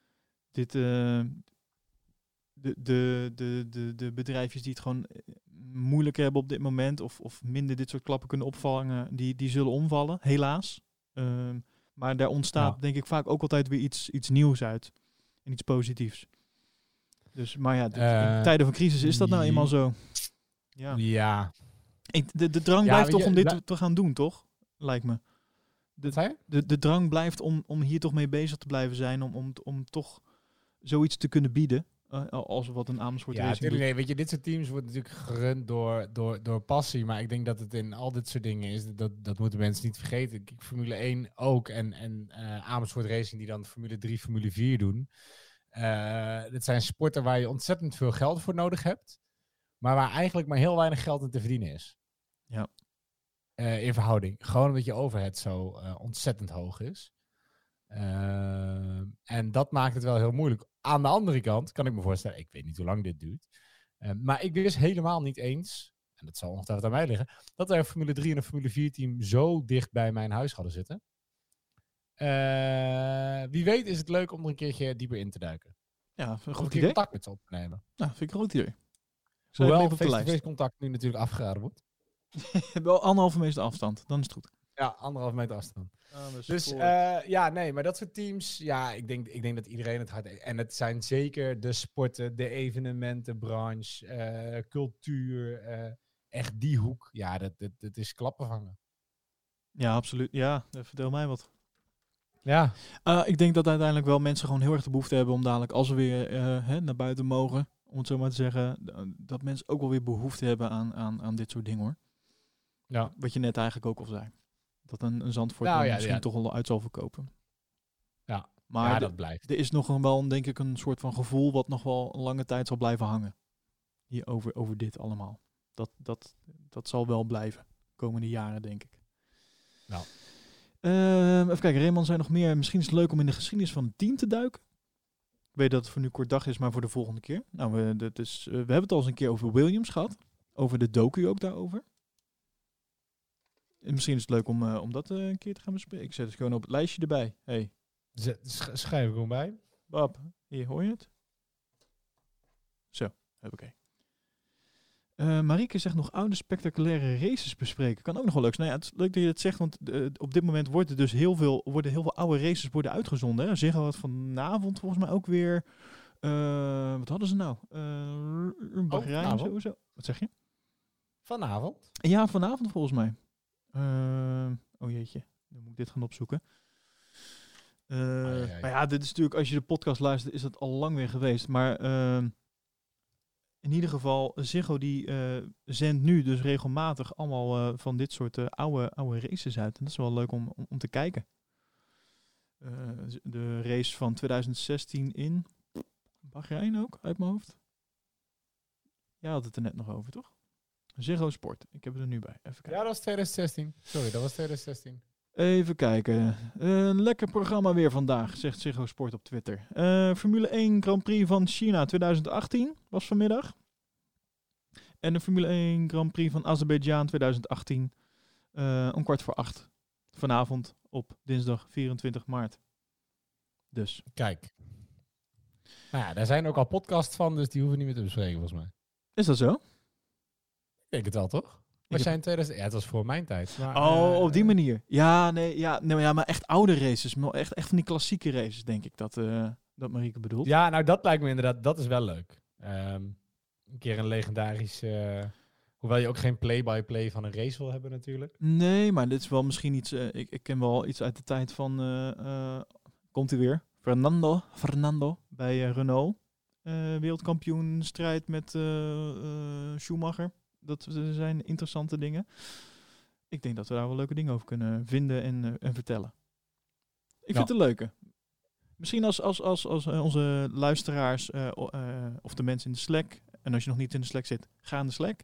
Speaker 1: De bedrijfjes die het gewoon moeilijk hebben op dit moment of minder dit soort klappen kunnen opvangen, die zullen omvallen, helaas. Maar daar ontstaat denk ik vaak ook altijd weer iets nieuws uit. En iets positiefs. Dus, maar ja, in tijden van crisis is dat nou eenmaal zo. Ja. De drang blijft toch om dit te gaan doen, toch? Lijkt me. De drang blijft om hier toch mee bezig te blijven zijn, om toch zoiets te kunnen bieden. Als wat een Amersfoort Racing doet.
Speaker 2: Nee, weet je, dit soort teams wordt natuurlijk gerund door passie. Maar ik denk dat het in al dit soort dingen is. Dat moeten mensen niet vergeten. Kijk, Formule 1 ook. En Amersfoort Racing die dan Formule 3, Formule 4 doen. Dit zijn sporten waar je ontzettend veel geld voor nodig hebt. Maar waar eigenlijk maar heel weinig geld in te verdienen is.
Speaker 1: Ja.
Speaker 2: In verhouding. Gewoon omdat je overhead zo ontzettend hoog is. En dat maakt het wel heel moeilijk. Aan de andere kant kan ik me voorstellen, ik weet niet hoe lang dit duurt, maar ik wist helemaal niet eens, en dat zal ongetwijfeld aan mij liggen, dat er een Formule 3 en een Formule 4 team zo dicht bij mijn huis hadden zitten. Wie weet is het leuk om er een keertje dieper in te duiken.
Speaker 1: Ja, een goed
Speaker 2: idee. Contact met ze op te nemen.
Speaker 1: Nou, vind ik een goed idee.
Speaker 2: Hoewel face-to-face contact nu natuurlijk afgeraden wordt.
Speaker 1: Wel 1,5 meter afstand, dan is het goed.
Speaker 2: Ja, 1,5 meter afstand. Dus maar dat soort teams, ik denk dat iedereen het hard heeft. En het zijn zeker de sporten, de evenementenbranche, cultuur, echt die hoek. Ja, dat is klappen vangen.
Speaker 1: Ja, absoluut. Ja, vertel mij wat.
Speaker 2: Ja.
Speaker 1: Ik denk dat uiteindelijk wel mensen gewoon heel erg de behoefte hebben om dadelijk, als we weer naar buiten mogen, om het zo maar te zeggen, dat mensen ook wel weer behoefte hebben aan dit soort dingen, hoor.
Speaker 2: Ja.
Speaker 1: Wat je net eigenlijk ook al zei. Dat een Zandvoort misschien toch wel uit zal verkopen.
Speaker 2: Ja,
Speaker 1: maar
Speaker 2: dat blijft.
Speaker 1: Er is nog wel, denk ik, een soort van gevoel wat nog wel een lange tijd zal blijven hangen. Hier over dit allemaal. Dat zal wel blijven. Komende jaren, denk ik.
Speaker 2: Nou.
Speaker 1: Even kijken, Raymond zei nog meer. Misschien is het leuk om in de geschiedenis van het team te duiken. Ik weet dat het voor nu kort dag is, maar voor de volgende keer. Nou, we hebben het al eens een keer over Williams gehad. Over de docu ook daarover. En misschien is het leuk om dat een keer te gaan bespreken. Ik zet het gewoon op het lijstje erbij. Hey.
Speaker 2: Schrijf ik gewoon bij.
Speaker 1: Bab, hier, hoor je het? Zo, oké. Marieke zegt nog oude spectaculaire races bespreken. Kan ook nog wel leuk zijn. Nou ja, het is leuk dat je dat zegt, want op dit moment worden dus heel veel oude races uitgezonden. Hè? Zeggen wat vanavond volgens mij ook weer. Wat hadden ze nou? Bahrein sowieso. Wat zeg je?
Speaker 2: Vanavond?
Speaker 1: Ja, vanavond volgens mij. Oh jeetje, dan moet ik dit gaan opzoeken. Maar ja, dit is natuurlijk, als je de podcast luistert, is dat al lang weer geweest. Maar in ieder geval, Ziggo die zendt nu dus regelmatig allemaal van dit soort oude races uit. En dat is wel leuk om te kijken. De race van 2016 in Bahrein ook, uit mijn hoofd. Jij had het er net nog over, toch? Ziggo Sport. Ik heb het er nu bij. Even kijken.
Speaker 2: Ja, dat was 2016. Sorry, dat was 2016.
Speaker 1: Even kijken. Een lekker programma weer vandaag, zegt Ziggo Sport op Twitter. Formule 1 Grand Prix van China 2018 was vanmiddag. En de Formule 1 Grand Prix van Azerbeidzjan 2018 om 7:15 vanavond op dinsdag 24 maart. Dus.
Speaker 2: Kijk. Nou ja, daar zijn ook al podcasts van, dus die hoeven we niet meer te bespreken volgens mij.
Speaker 1: Is dat zo?
Speaker 2: Ik denk het wel, toch? Was jij in 2000? Ja, het was voor mijn tijd. Maar,
Speaker 1: op die manier. Ja, maar echt oude races. Echt van die klassieke races, denk ik, dat Marieke bedoelt.
Speaker 2: Ja, nou dat lijkt me inderdaad, dat is wel leuk. Een keer een legendarisch... hoewel je ook geen play-by-play van een race wil hebben natuurlijk.
Speaker 1: Nee, maar dit is wel misschien iets... ik ken wel iets uit de tijd van... komt hij weer? Fernando bij Renault. wereldkampioenstrijd met Schumacher. Dat zijn interessante dingen. Ik denk dat we daar wel leuke dingen over kunnen vinden en vertellen. Ik vind het een leuke. Misschien als onze luisteraars of de mensen in de Slack, en als je nog niet in de Slack zit, ga in de Slack.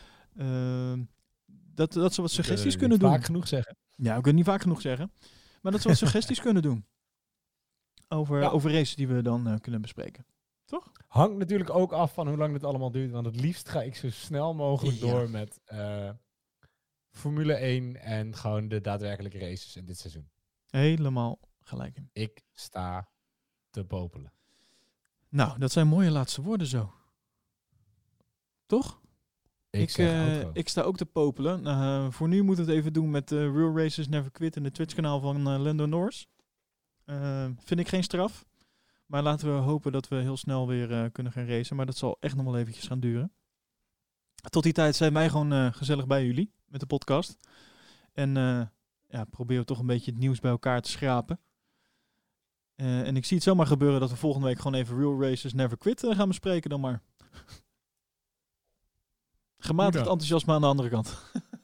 Speaker 1: Dat ze wat suggesties kunnen doen.
Speaker 2: Vaak genoeg zeggen.
Speaker 1: Ja, we kunnen niet vaak genoeg zeggen. Maar dat ze wat suggesties kunnen doen. Over races die we dan kunnen bespreken. Toch?
Speaker 2: Hangt natuurlijk ook af van hoe lang dit allemaal duurt. Want het liefst ga ik zo snel mogelijk door met Formule 1 en gewoon de daadwerkelijke races in dit seizoen.
Speaker 1: Helemaal gelijk in.
Speaker 2: Ik sta te popelen.
Speaker 1: Nou, dat zijn mooie laatste woorden zo. Toch? Ik sta ook te popelen. Voor nu moeten we het even doen met Real Racers Never Quit in de Twitch-kanaal van Lando Norris. Vind ik geen straf. Maar laten we hopen dat we heel snel weer kunnen gaan racen. Maar dat zal echt nog wel eventjes gaan duren. Tot die tijd zijn wij gewoon gezellig bij jullie met de podcast. En proberen we toch een beetje het nieuws bij elkaar te schrapen. En ik zie het zomaar gebeuren dat we volgende week gewoon even Real Racers Never Quit gaan bespreken dan maar. Gematigd enthousiasme aan de andere kant.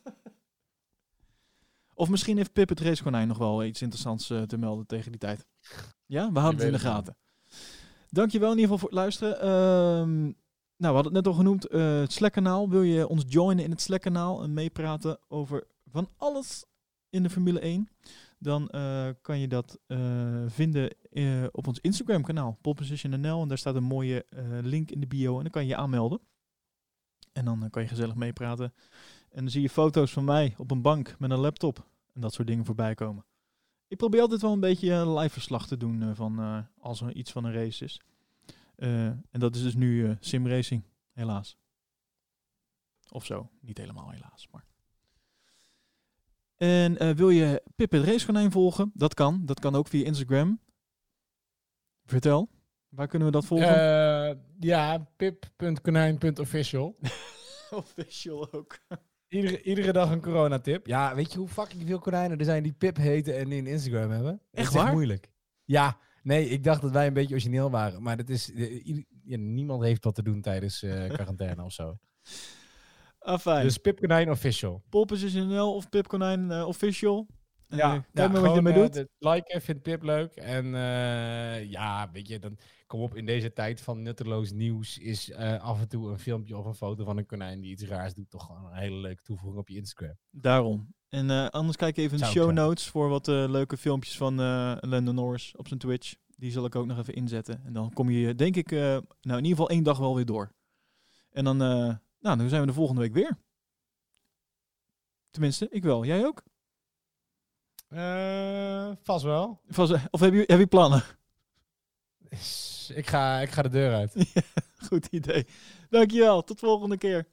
Speaker 1: Of misschien heeft Pip het racekonijn nog wel iets interessants te melden tegen die tijd. Ja, we houden het in de gaten. Dankjewel in ieder geval voor het luisteren. We hadden het net al genoemd. Het Slack-kanaal. Wil je ons joinen in het Slack-kanaal en meepraten over van alles in de Formule 1? Dan kan je dat vinden op ons Instagram-kanaal. PolePosition.nl. En daar staat een mooie link in de bio. En dan kan je je aanmelden. En dan kan je gezellig meepraten. En dan zie je foto's van mij op een bank met een laptop. En dat soort dingen voorbij komen. Ik probeer altijd wel een beetje live verslag te doen van als er iets van een race is. En dat is dus nu simracing, helaas. Of zo, niet helemaal helaas. Maar. En wil je Pip het racekonijn volgen? Dat kan. Dat kan ook via Instagram. Vertel, waar kunnen we dat volgen?
Speaker 2: pip.konijn.official.
Speaker 1: Official ook.
Speaker 2: Iedere dag een coronatip. Ja, weet je hoe fucking veel konijnen er zijn die Pip heten en die een Instagram hebben?
Speaker 1: Echt
Speaker 2: waar?
Speaker 1: waar?
Speaker 2: Moeilijk. Ja, nee, ik dacht dat wij een beetje origineel waren. Maar dat is, niemand heeft wat te doen tijdens quarantaine of zo.
Speaker 1: Fijn.
Speaker 2: Dus Pip Konijn Official.
Speaker 1: PolePosition.nl of Pip Konijn Official.
Speaker 2: Kijk
Speaker 1: maar wat je ermee doet.
Speaker 2: Liken vindt Pip leuk. En weet je, dan kom op in deze tijd van nutteloos nieuws is af en toe een filmpje of een foto van een konijn die iets raars doet toch gewoon een hele leuke toevoeging op je Instagram.
Speaker 1: Daarom. En anders kijk even in de show notes voor wat leuke filmpjes van Lando Norris op zijn Twitch. Die zal ik ook nog even inzetten. En dan kom je denk ik in ieder geval 1 dag wel weer door. En dan, dan zijn we de volgende week weer. Tenminste, ik wel. Jij ook?
Speaker 2: Vast wel.
Speaker 1: Of heb je plannen?
Speaker 2: Ik ga de deur uit.
Speaker 1: Ja, goed idee. Dankjewel. Tot volgende keer.